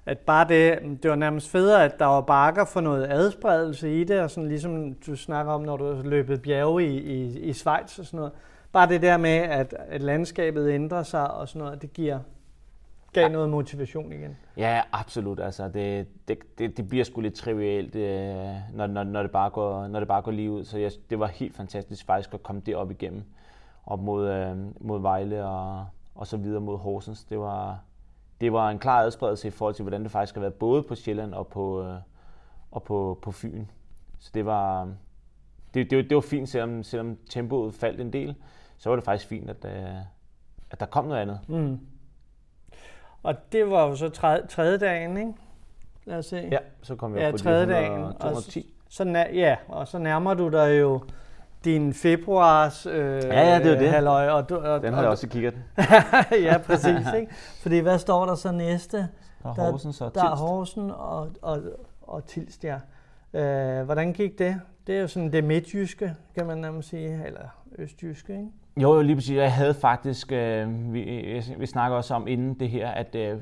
at bare det, det var nærmest federe, at der var bakker for noget adspredelse i det, og sådan ligesom du snakker om, når du har løbet bjerge i, i, i Schweiz og sådan noget. Bare det der med, at, at landskabet ændrer sig og sådan noget, det giver gav noget motivation igen. Ja, absolut. Altså, det, det, det, det bliver sgu lidt trivialt, når, når, når, det bare går, når det bare går lige ud. Så jeg, det var helt fantastisk faktisk at komme derop igennem, op mod, mod Vejle og, og så videre mod Horsens. Det var, det var en klar adspredelse i forhold til, hvordan det faktisk har været både på Sjælland og på, og på, på Fyn. Så det var, det, det, det var fint, selvom, selvom tempoet faldt en del, så var det faktisk fint, at, at der kom noget andet. Mm. Og det var jo så tredje, tredje dagen, ikke? Lad os se. Ja, så kom jeg ja, på tredje de dagen, to hundrede og ti. Så, så, ja, og så nærmer du dig jo din februars øh, ja, ja, det er det. Halvøj. Og du, og, den har jeg også kigget. Ja, præcis. Ikke? Fordi hvad står der så næste? Der er Horsens og Der er Horsen og, og, og Tilst, ja. Øh, hvordan gik det? Det er jo sådan det midtjyske, kan man nærmest sige, eller østjyske, ikke? Jo, jo, lige præcis. Jeg havde faktisk, øh, vi, vi snakker også om inden det her, at øh,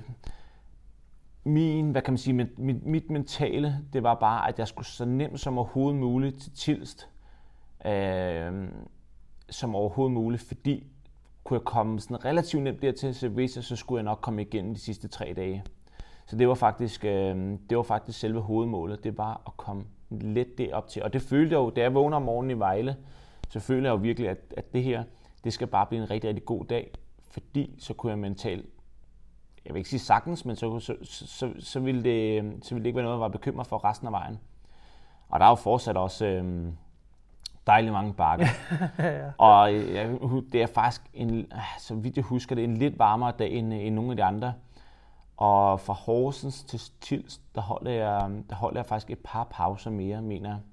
min, hvad kan man sige, mit, mit, mit mentale, det var bare, at jeg skulle så nemt som overhovedet muligt til Tilst, øh, som overhovedet muligt, fordi kunne jeg komme sådan relativt nemt dertil, så hvis jeg, så skulle jeg nok komme igennem de sidste tre dage. Så det var faktisk, øh, det var faktisk selve hovedmålet, det var at komme let derop til. Og det følte jeg jo, da jeg vågner om morgenen i Vejle, så følte jeg jo virkelig, at, at det her, det skal bare blive en rigtig, rigtig god dag, fordi så kunne jeg mentalt, jeg vil ikke sige sagtens, men så, så, så, så, ville, det, så ville det ikke være noget, jeg var bekymret for resten af vejen. Og der er jo fortsat også øh, dejligt mange bakker. Ja. Og jeg, det er faktisk, en, så vidt jeg husker det, en lidt varmere dag end, end nogle af de andre. Og fra Horsens til Tilst, der holder jeg, der holder jeg faktisk et par pauser mere, mener jeg.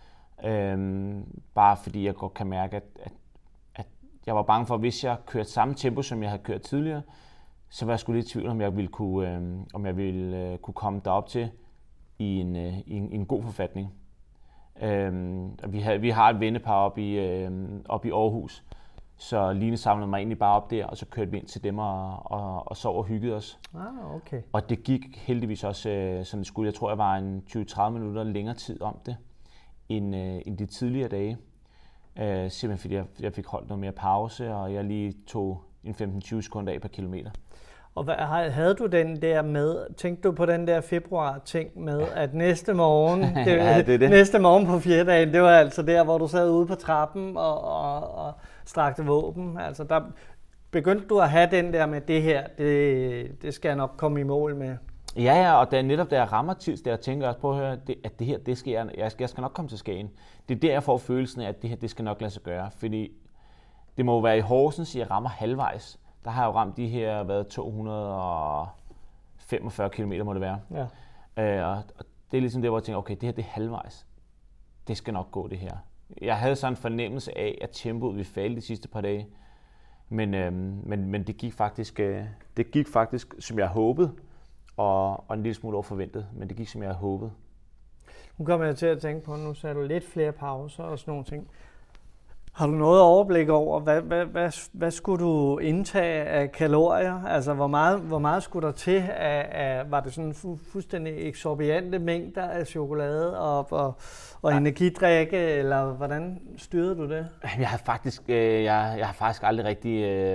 Øhm, bare fordi jeg godt kan mærke, at, at, at jeg var bange for, at hvis jeg kørte samme tempo, som jeg havde kørt tidligere, så var jeg sgu lidt i tvivl, om jeg ville kunne, øh, om jeg ville, øh, kunne komme derop til i en, øh, i en, i en god forfatning. Øhm, og vi, havde, vi har et vennepar op i, øh, op i Aarhus, så Line samlede mig egentlig bare op der, og så kørte vi ind til dem og, og, og sov og hyggede os. Ah, okay. Og det gik heldigvis også, øh, som det skulle. Jeg tror, jeg var en tyve til tredive minutter længere tid om det, end, øh, end de tidligere dage. Øh, simpelthen fordi jeg, jeg fik holdt noget mere pause, og jeg lige tog en femten til tyve sekunder af per kilometer. Og hvad, havde du den der med, tænkte du på den der februar-ting med, at næste morgen, det, ja, det det. næste morgen på fjerdedagen, det var altså der, hvor du sad ude på trappen og, og, og strakte våben. Altså der begyndte du at have den der med det her, det, det skal jeg nok komme i mål med. Ja, ja, og da, netop da jeg rammer Tilst, der tænker jeg også på at høre, det, at det her, det skal jeg, jeg, skal, jeg skal nok komme til Skagen. Det er der, jeg får følelsen af, at det her, det skal nok lade sig gøre, fordi det må jo være i Horsens, jeg rammer halvvejs. Der har jeg jo ramt de her, hvad, to hundrede og femogfyrre kilometer må det være. Ja. Øh, og, og det er ligesom det, hvor jeg tænker, okay, det her, det er halvvejs. Det skal nok gå, det her. Jeg havde sådan en fornemmelse af, at tempoet ville falde de sidste par dage. Men, øh, men, men det gik faktisk, øh, det gik faktisk, som jeg håbede, og, og en lille smule overforventet, men det gik, som jeg håbede. Nu kommer jeg til at tænke på, nu så er du lidt flere pauser og sådan nogle ting. Har du noget overblik over, hvad, hvad, hvad, hvad skulle du indtage af kalorier? Altså, hvor meget, hvor meget skulle der til af, af var det sådan fu- fuldstændig eksorbitante mængder af chokolade og, og, og ja. energidrikke, eller hvordan styrede du det? Jeg har faktisk, øh, jeg, jeg har faktisk aldrig rigtig, øh,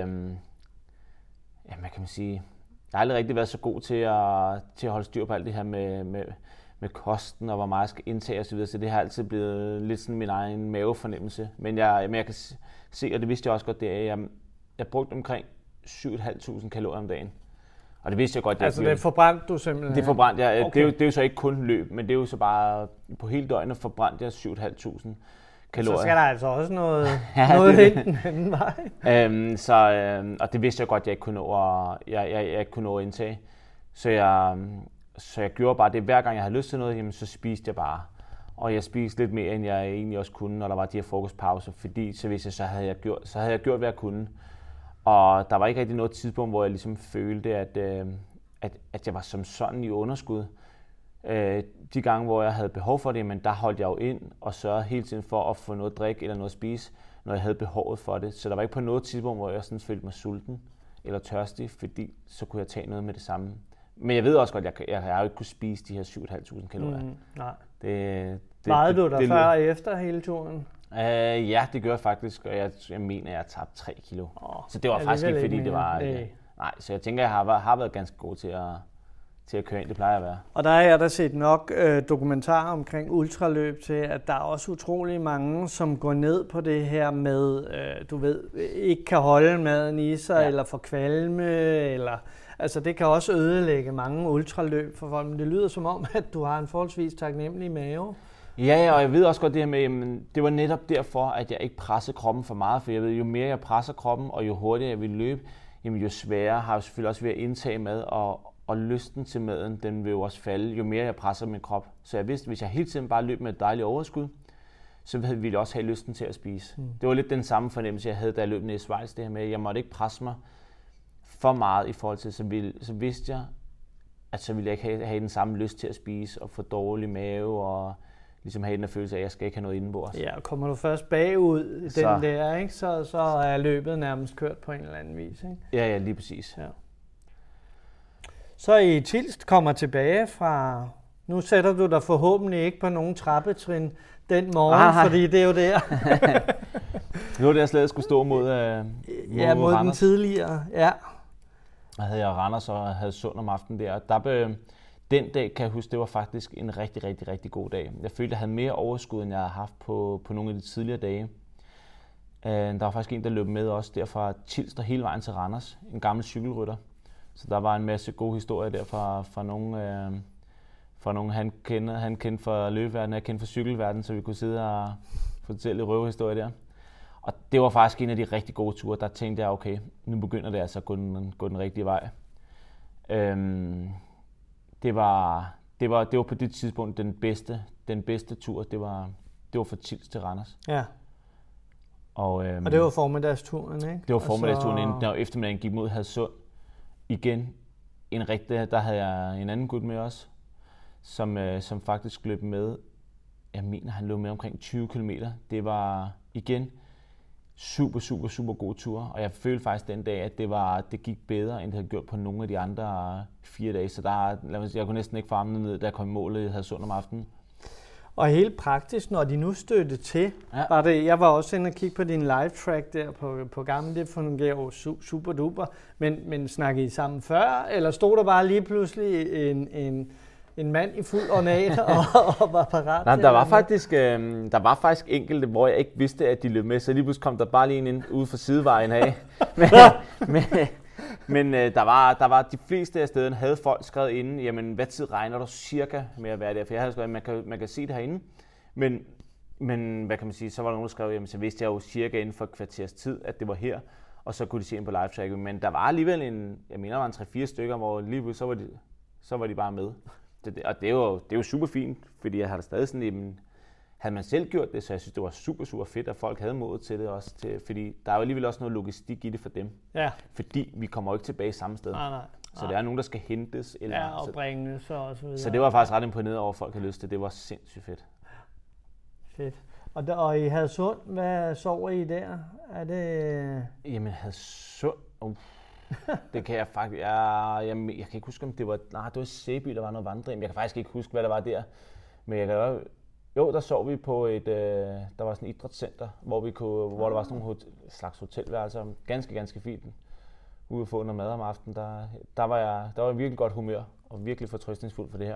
ja, hvad kan man sige, jeg har aldrig rigtig været så god til at, til at holde styr på alt det her med, med, med kosten og hvor meget jeg skal indtage osv., så det har altid blevet lidt sådan min egen mavefornemmelse. Men jeg, men jeg kan se, og det vidste jeg også godt, det er, jeg, jeg brugte omkring syv tusind fem hundrede kalorier om dagen. Og det vidste jeg godt, jeg Altså det er forbrændt du simpelthen? Det er forbrændt, ja. Okay. Det, er jo, det er jo så ikke kun løb, men det er jo så bare, på hele døgnet forbrændt jeg syv tusind fem hundrede kalorier. Så skal der altså også noget, ja, noget hen den anden vej. Øhm, så, øhm, og det vidste jeg godt, jeg ikke kunne nå at, jeg, jeg, jeg kunne nå at indtage. Så jeg, så jeg gjorde bare det, hver gang jeg havde lyst til noget, jamen, så spiste jeg bare. Og jeg spiste lidt mere, end jeg egentlig også kunne, når der var de her frokostpauser, fordi så, hvis jeg, så, havde jeg gjort, så havde jeg gjort, hvad jeg kunne. Og der var ikke rigtig noget tidspunkt, hvor jeg ligesom følte, at, øh, at, at jeg var som sådan i underskud. Øh, de gange, hvor jeg havde behov for det, men der holdt jeg jo ind og sørgede hele tiden for at få noget at drikke eller noget at spise, når jeg havde behovet for det. Så der var ikke på noget tidspunkt, hvor jeg sådan følte mig sulten eller tørstig, fordi så kunne jeg tage noget med det samme. Men jeg ved også godt, at jeg, jeg har jo ikke kunnet spise de her syv tusind fem hundrede kalorier. Mm, nej. Det, det, Vejede du det, der det, før og efter hele turen? Uh, ja, det gør jeg faktisk, og jeg, jeg mener, at jeg tabte tre kilo. Oh, så det var faktisk ikke, fordi det var... Nej. nej, så jeg tænker, at jeg har, har været ganske god til at, til at køre ind. Det plejer at være. Og der har jeg da set nok øh, dokumentarer omkring ultraløb til, at der er også utrolig mange, som går ned på det her med, øh, du ved, ikke kan holde maden i sig, ja. Eller få kvalme, eller... Altså, det kan også ødelægge mange ultraløb for folk, men det lyder som om, at du har en forholdsvis taknemmelig mave. Ja, og jeg ved også godt det her med, jamen, det var netop derfor, at jeg ikke pressede kroppen for meget, for jeg ved, jo mere jeg presser kroppen, og jo hurtigere jeg vil løbe, jamen, jo sværere har jeg selvfølgelig også ved at indtage mad, og, og lysten til maden, den vil jo også falde, jo mere jeg presser min krop. Så jeg vidste, hvis jeg hele tiden bare løb med et dejligt overskud, så ville jeg også have lysten til at spise. Mm. Det var lidt den samme fornemmelse, jeg havde, da jeg løb ned i Schweiz, det her med, at jeg måtte ikke presse mig for meget i forhold til, så, ville, så vidste jeg, at så ville jeg ikke have, have den samme lyst til at spise, og få dårlig mave, og ligesom have den følelse af, at jeg skal ikke have noget indenbords. Ja, og kommer du først bagud den så, der, ikke? Så, så er løbet nærmest kørt på en eller anden vis. Ikke? Ja, ja, lige præcis. Ja. Så i Tilst kommer tilbage fra... Nu sætter du dig forhåbentlig ikke på nogen trappetrin den morgen, Aha. fordi det er jo der. Nu var det, jeg slet skulle stå mod, uh, mod, ja, mod den tidligere. Ja. Der havde jeg Randers og havde Sund om aftenen der. der be, den dag, kan jeg huske, det var faktisk en rigtig, rigtig, rigtig god dag. Jeg følte, jeg havde mere overskud, end jeg havde haft på, på nogle af de tidligere dage. Uh, der var faktisk en, der løb med også der fra Tilst og hele vejen til Randers. En gammel cykelrytter. Så der var en masse gode historier der fra, fra nogle... Uh, For nogen, han kender, han kendte fra løbeverdenen, jeg kendte fra cykelverdenen, så vi kunne sidde og fortælle røverhistorier der. Og det var faktisk en af de rigtig gode ture, der tænkte jeg, okay, nu begynder det altså at gå den, gå den rigtige vej. Øhm, det, var, det, var, det var på det tidspunkt den bedste, den bedste tur, det var, det var fra Tilst til Randers. Ja. Og, øhm, og det var formiddagsturen, ikke? Det var formiddagsturen, så... inden når eftermiddagen gik mod Hadsund. Igen, en rigtig, der havde jeg en anden gut med også. Som, øh, som faktisk løb med, jeg mener, han løb med omkring tyve kilometer. Det var igen super, super, super god tur, og jeg følte faktisk den dag, at det, var, det gik bedre, end det havde gjort på nogle af de andre fire dage. Så der, jeg kunne næsten ikke få armene ned, da jeg kom i målet, jeg havde Sund om aftenen. Og helt praktisk, når de nu stødte til, ja. var det, jeg var også inde og kigge på din live track der på, på Gammel, det fungerer jo super duper, men, men snakkede I sammen før, eller stod der bare lige pludselig en... en En mand i fuld ornat og, og var parat. Nej, der var faktisk øh, der var faktisk enkelte, hvor jeg ikke vidste, at de løb med, så lige pludselig kom der bare lige en ind ude for sidevejen af. men men, men øh, der var der var de fleste af stederne havde folk skrevet inden, jamen hvad tid regner du cirka med at være der? For jeg havde skrevet, man kan man kan se det herinde. Men men hvad kan man sige? Så var der nogen der skrev, jamen så vidste jeg jo cirka inden for et kvarters tid, at det var her, og så kunne de se ind på live track. Men der var alligevel en, jeg mener, der var en tre fire stykker, hvor lige pludselig så var de så var de bare med. Det, og det er, jo, det er jo super fint, fordi jeg har da stadig sådan, jamen, havde man selv gjort det, så jeg synes, det var super, super fedt, at folk havde mod til det også, til, fordi der er jo alligevel også noget logistik i det for dem. Ja. Fordi vi kommer jo ikke tilbage samme sted. Nej, nej. Så der er nogen, der skal hentes. Eller, ja, og bringes og så videre. Så det var faktisk ret imponeret over, at folk havde lyst til. Det var sindssygt fedt. Fedt. Og, der, og I Hadsund, hvad sover I der? Er det... Jamen, Hadsund... Uh. Det kan jeg faktisk... Jeg, jeg, jeg kan ikke huske, om det var... Nej, det var Sæby, der var noget vandring. Jeg kan faktisk ikke huske, hvad der var der. Men jeg kan jo... Jo, der sov vi på et... Øh, der var sådan et idrætscenter, hvor, vi kunne, hvor der var sådan nogle hotel, slags hotelværelser. Ganske, ganske fint. Ude at få noget mad om aftenen. Der, der, var jeg, der var jeg virkelig godt humør og virkelig fortrøstningsfuld for det her.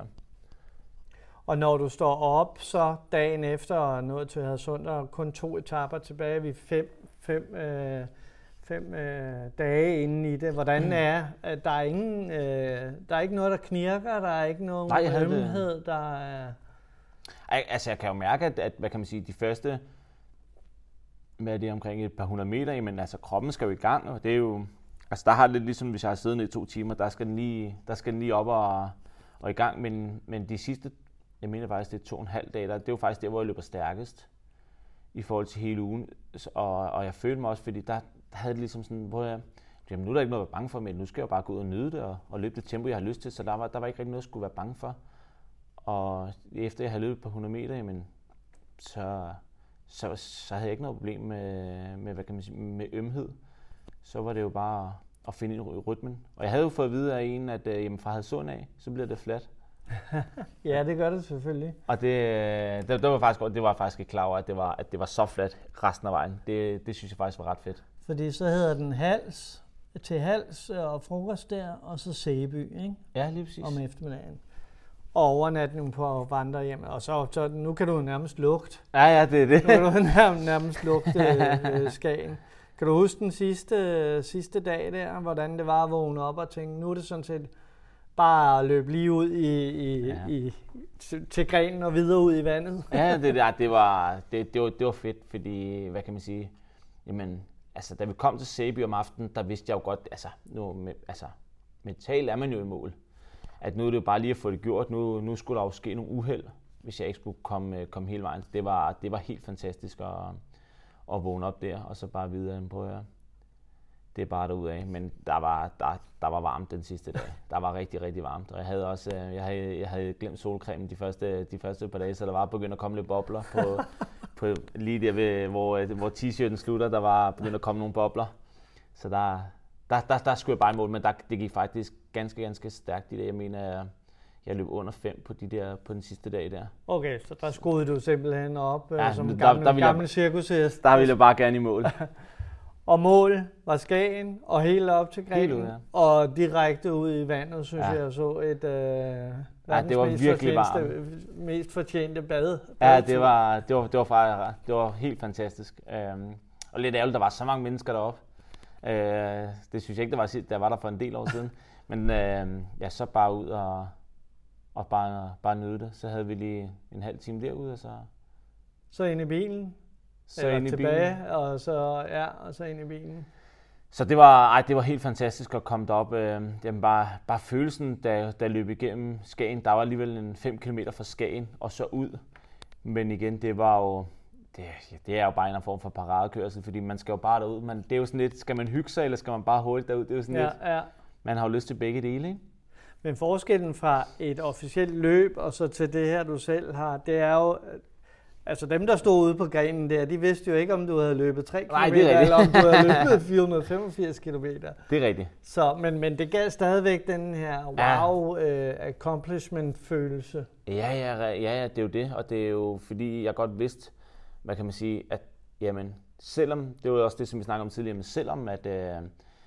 Og når du står op så dagen efter og nået til Hadsund, og kun to etaper tilbage, vi fem... fem øh, fem øh, dage inden i det. Hvordan er, at der er ingen, øh, der er ikke noget, der knirker, der er ikke nogen Nej, ømhed, der er... Altså, jeg kan jo mærke, at, at hvad kan man sige, de første, hvad er det, omkring et par hundrede meter, men altså, kroppen skal jo i gang, og det er jo, altså, der har det lidt ligesom, hvis jeg har siddet ned i to timer, der skal den lige, der skal den lige op og, og i gang, men, men de sidste, jeg mener faktisk, det er to og en halv dag, der, det er jo faktisk der, hvor jeg løber stærkest i forhold til hele ugen, og, og jeg følte mig også, fordi der Der havde det ligesom sådan, hvor jeg, jamen nu er der ikke noget at være bange for, men nu skal jeg bare gå ud og nyde det og, og løbe det tempo, jeg har lyst til, så der var, der var ikke rigtig noget, jeg skulle være bange for. Og efter jeg havde løbet på hundrede meter, jamen, så, så, så havde jeg ikke noget problem med, med, hvad kan man sige, med ømhed. Så var det jo bare at finde ind i rytmen. Og jeg havde jo fået at vide af en, at øh, jamen, fra Hadsund af, så bliver det flat. Ja, det gør det selvfølgelig. Og det, det, det, var faktisk, det var jeg faktisk ikke klar over, at det var, at det var så flat resten af vejen. Det, det synes jeg faktisk var ret fedt. Fordi så hedder den Hals til Hals og frokost der, og så Sæby, ikke? Ja, lige præcis. Om eftermiddagen. Og overnatning på vandrehjem. Og så, så nu kan du nærmest lugte. Ja, ja, det er det. Nu kan du nærmest, nærmest lugte øh, Skagen. Kan du huske den sidste, sidste dag der, hvordan det var at vågne op og tænke, nu er det sådan set bare at løbe lige ud i, i, ja. i, til, til grenen og videre ud i vandet? Ja, det, det, det, var, det, det, var, det var fedt, fordi, hvad kan man sige, jamen, altså, da vi kom til Sæby om aftenen, der vidste jeg jo godt, altså, nu, med, altså, mentalt er man jo i mål. At nu er det jo bare lige at få det gjort, nu, nu skulle der jo ske nogle uheld, hvis jeg ikke skulle komme, komme hele vejen. Det var, det var helt fantastisk at, at vågne op der, og så bare videre på her. Det er bare derudaf, men der var, der, der var varmt den sidste dag. Der var rigtig, rigtig varmt, og jeg havde også, jeg havde, jeg havde glemt solcremen de første, de første par dage, så der var begyndt at komme lidt bobler på, på lige der, ved, hvor, hvor t-shirten slutter, der var begyndt at komme nogle bobler. Så der, der, der, der skulle jeg bare i mål, men der, det gik faktisk ganske, ganske stærkt de der. Jeg mener, jeg løb under fem på, de der, på den sidste dag der. Okay, så der skruede du simpelthen op ja, som der, gammel, der gammel cirkushest. Der ville jeg bare gerne i mål. Og mål var Skagen, og helt op til grenen, ud, ja. Og direkte ud i vandet, synes ja. jeg, så et øh, ja, det var virkelig varmt. Mest fortjente bad. Ja, det var, det var, det var, faktisk, det var helt fantastisk. Øhm, og lidt ærgerligt, der var så mange mennesker deroppe. Øh, det synes jeg ikke, der var, der var der for en del år siden. Men øh, ja, så bare ud og, og bare, bare nyde det. Så havde vi lige en halv time derude, og så... Så ind i bilen? Så Eller ind i tilbage, bilen. Og så, ja, og så ind i bilen. Så det var, ej, det var helt fantastisk at komme derop. Øh, jamen bare, bare følelsen, da, da jeg løb igennem Skagen. Der var alligevel en fem kilometer fra Skagen og så ud. Men igen, det var jo... Det, det er jo bare en form for paradekørsel, fordi man skal jo bare derud. Man, det er jo sådan lidt, skal man hygge sig, eller skal man bare hurtigt derud? Det er jo sådan ja, lidt, ja. Man har jo lyst til begge dele, ikke? Men forskellen fra et officielt løb og så til det her, du selv har, det er jo... Altså dem, der stod ude på grenen der, de vidste jo ikke, om du havde løbet tre kilometer, eller om du havde løbet fire hundrede og femogfirs kilometer. Det er rigtigt. Så, men, men det gav stadigvæk den her wow ja. uh, accomplishment-følelse. Ja, ja, ja, ja, det er jo det, og det er jo fordi, jeg godt vidste, hvad kan man sige, at jamen, selvom, det var også det, som vi snakkede om tidligere, men selvom at, øh,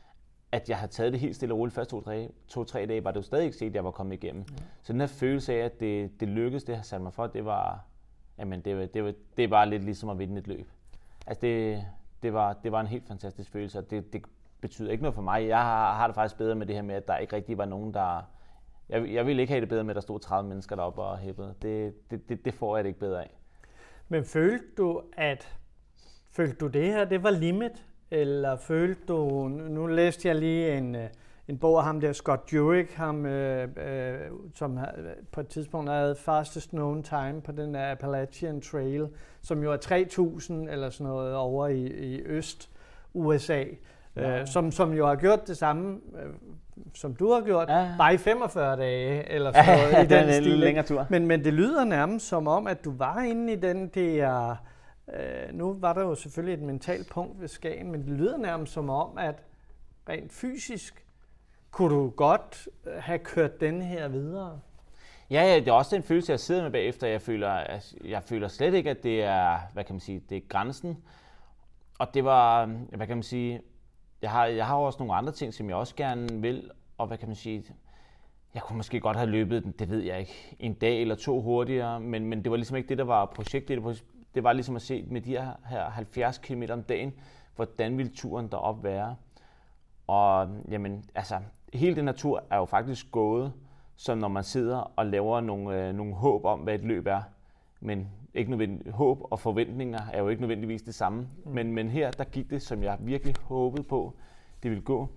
at jeg havde taget det helt stille og roligt første to-tre to, tre dage, var det jo stadig ikke set, at jeg var kommet igennem. Ja. Så den her følelse af, at det, det lykkedes, det har sat mig for, det var... Jamen, det, var, det, var, det var lidt ligesom at vinde et løb. Altså, det, det, var, det var en helt fantastisk følelse, og det, det betyder ikke noget for mig. Jeg har, har det faktisk bedre med det her med, at der ikke rigtig var nogen, der... Jeg, jeg ville ikke have det bedre med, at der stod tredive mennesker deroppe og hæppede. Det, det, det, det får jeg det ikke bedre af. Men følte du, at... Følte du det her, det var limit? Eller følte du... Nu læste jeg lige en... En bog af ham der, Scott Jurek, ham, øh, øh, som på et tidspunkt havde fastest known time på den der Appalachian Trail, som jo er tre tusind eller sådan noget over i, i Øst-U S A, ja. øh, som, som jo har gjort det samme, øh, som du har gjort, ja. Bare i femogfyrre dage eller sådan noget. Ja, i den en stil. længere tur. Men, men det lyder nærmest som om, at du var inde i den der... Øh, nu var der jo selvfølgelig et mentalt punkt ved Skagen, men det lyder nærmest som om, at rent fysisk kunne du godt have kørt den her videre? Ja, ja, det er også den følelse, jeg sidder med bagefter. Jeg føler, jeg føler slet ikke, at det er, hvad kan man sige, det er grænsen. Og det var, hvad kan man sige, jeg har, jeg har også nogle andre ting, som jeg også gerne vil. Og hvad kan man sige, jeg kunne måske godt have løbet den, det ved jeg ikke, en dag eller to hurtigere. Men, men det var ligesom ikke det, der var projektet. Det var ligesom at se med de her halvfjerds kilometer om dagen, hvordan ville turen derop være. Og jamen, altså, hele den her tur er jo faktisk gået, som når man sidder og laver nogle, øh, nogle håb om, hvad et løb er. Men ikke nødvendigt, håb og forventninger er jo ikke nødvendigvis det samme. Mm. Men, men her, der gik det, som jeg virkelig håbede på, det ville gå.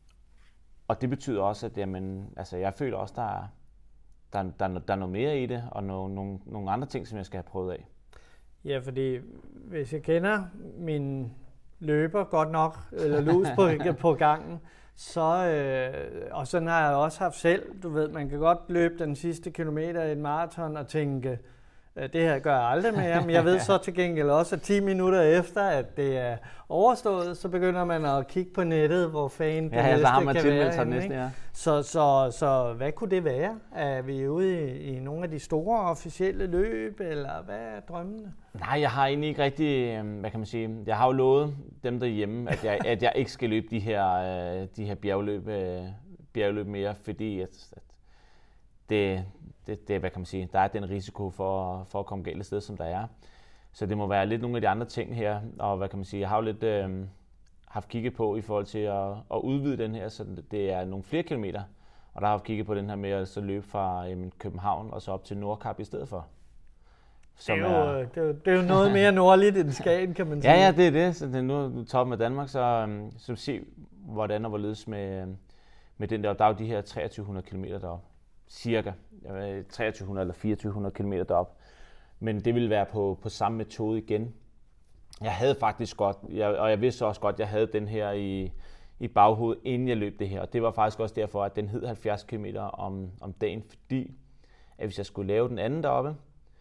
Og det betyder også, at jamen, altså, jeg føler også, der er, der, der, der er noget mere i det, og nogle, nogle, nogle andre ting, som jeg skal have prøvet af. Ja, fordi hvis jeg kender min løber godt nok, eller lus på, på gangen, så, øh, og sådan har jeg også haft selv, du ved, man kan godt løbe den sidste kilometer i et maraton og tænke, det her gør jeg aldrig mere, men jeg ved så til gengæld også, at ti minutter efter, at det er overstået, så begynder man at kigge på nettet, hvor fanden det ja, næste har man kan være. Sig næsten, ja. så, så, så hvad kunne det være? Er vi ude i, i nogle af de store officielle løb, eller hvad er drømmene? Nej, jeg har egentlig ikke rigtig, hvad kan man sige, jeg har jo lovet dem derhjemme, at jeg, at jeg ikke skal løbe de her, de her bjergløb, bjergløb mere, fordi at, at det, det, det, hvad kan man sige, der er den risiko for, for at komme galt et sted, som der er. Så det må være lidt nogle af de andre ting her, og hvad kan man sige, jeg har jo lidt øh, haft kigget på i forhold til at, at udvide den her, så det er nogle flere kilometer, og der har jeg kigget på den her med at så løbe fra jamen, København og så op til Nordkap i stedet for. Det er, jo, er, det, er jo, det er jo noget mere nordligt end Skagen, kan man sige. Ja, ja, det er det. Så det er nu toppen af Danmark, så, så se hvordan og hvorledes med, med den der. Der er jo de her treogtyve hundrede kilometer deroppe, cirka. treogtyve hundrede eller fireogtyve hundrede kilometer deroppe. Men det ville være på, på samme metode igen. Jeg havde faktisk godt, jeg, og jeg vidste også godt, at jeg havde den her i, i baghovedet, inden jeg løb det her. Og det var faktisk også derfor, at den hed halvfjerds kilometer om, om dagen, fordi at hvis jeg skulle lave den anden deroppe,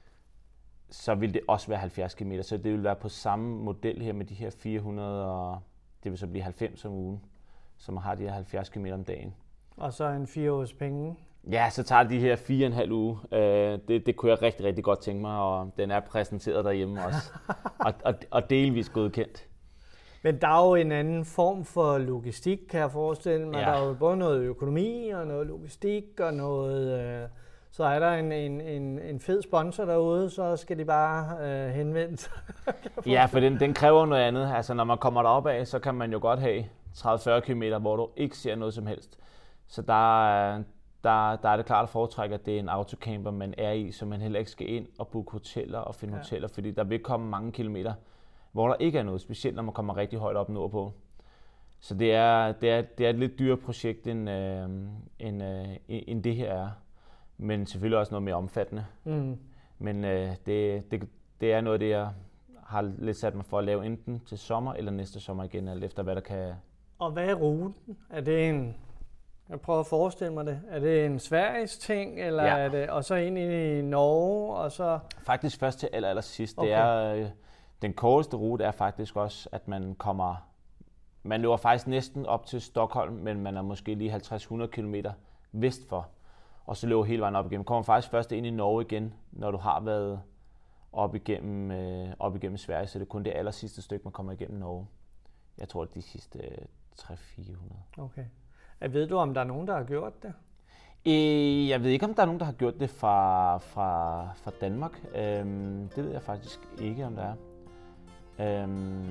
så ville det også være halvfjerds kilometer. Så det ville være på samme model her med de her fire hundrede, og det vil så blive halvfems om ugen, som har de her halvfjerds kilometer om dagen. Og så en fire års penge. Ja, så tager de her fire og en halv uge. Øh, det, det kunne jeg rigtig, rigtig godt tænke mig, og den er præsenteret derhjemme også. og, og, og delvis godkendt. Men der er jo en anden form for logistik, kan jeg forestille mig. Ja. Der er jo både noget økonomi og noget logistik og noget... Øh, så er der en, en, en, en fed sponsor derude, så skal de bare øh, henvende sig. Ja, for den, den kræver noget andet. Altså, når man kommer derop af, så kan man jo godt have tredive til fyrre kilometer, hvor du ikke ser noget som helst. Så der Der, der er det klart at foretrække, at det er en autocamper, man er i, så man heller ikke skal ind og booke hoteller og finde ja. hoteller, fordi der vil komme mange kilometer, hvor der ikke er noget, specielt når man kommer rigtig højt op nordpå. Så det er, det er, det er et lidt dyrere projekt, end, øh, end, øh, end det her er, men selvfølgelig også noget mere omfattende. Mm. Men øh, det, det, det er noget af det, jeg har lidt sat mig for at lave enten til sommer eller næste sommer igen, alt efter hvad der kan... Og hvad er ruten? Er det en... Jeg prøver at forestille mig det. Er det en Sveriges ting, eller ja. er det, og så ind i Norge, og så... Faktisk først til aller, aller sidst. Okay. Det er, øh, den korteste rute er faktisk også, at man kommer... Man løber faktisk næsten op til Stockholm, men man er måske lige halvtreds til hundrede kilometer vest for. Og så løber hele vejen op igennem. Kommer faktisk først ind i Norge igen, når du har været op igennem, øh, op igennem Sverige. Så det er kun det aller sidste stykke, man kommer igennem Norge. Jeg tror, det er de sidste øh, tre til fire hundrede. Okay. Ved du, om der er nogen, der har gjort det? Øh, jeg ved ikke, om der er nogen, der har gjort det fra, fra, fra Danmark. Øhm, det ved jeg faktisk ikke, om der er. Øhm,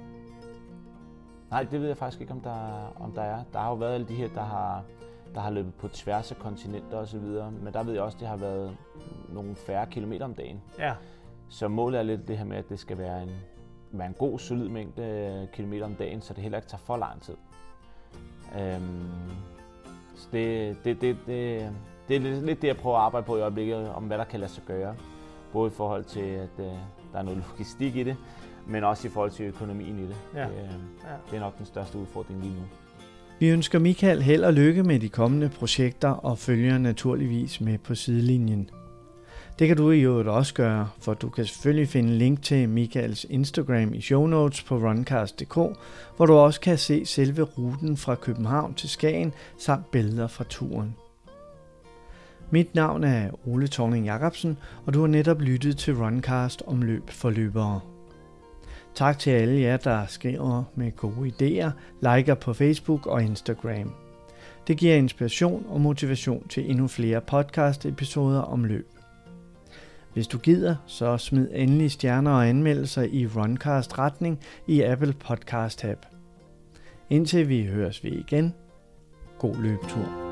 nej, det ved jeg faktisk ikke, om der, om der er. Der har jo været alle de her, der har, der har løbet på tværs af kontinenter osv., men der ved jeg også, at det har været nogle færre kilometer om dagen. Ja. Så målet er lidt det her med, at det skal være en, være en god, solid mængde kilometer om dagen, så det heller ikke tager for lang tid. Øhm, så det, det, det, det, det er lidt det, jeg prøver at arbejde på i øjeblikket, om hvad der kan lade sig gøre. Både i forhold til, at uh, der er noget logistik i det, men også i forhold til økonomien i det. Ja. Det, uh, ja. det er nok den største udfordring lige nu. Vi ønsker Michael held og lykke med de kommende projekter og følger naturligvis med på sidelinjen. Det kan du i øvrigt også gøre, for du kan selvfølgelig finde link til Michaels Instagram i show notes på runcast punktum d k, hvor du også kan se selve ruten fra København til Skagen samt billeder fra turen. Mit navn er Ole Thorning Jacobsen, og du har netop lyttet til Runcast om løb for løbere. Tak til alle jer, der skriver med gode idéer, liker på Facebook og Instagram. Det giver inspiration og motivation til endnu flere podcast-episoder om løb. Hvis du gider, så smid endelig stjerner og anmeldelser i Runcast retning i Apple Podcast App. Indtil vi høres ved igen. God løbetur.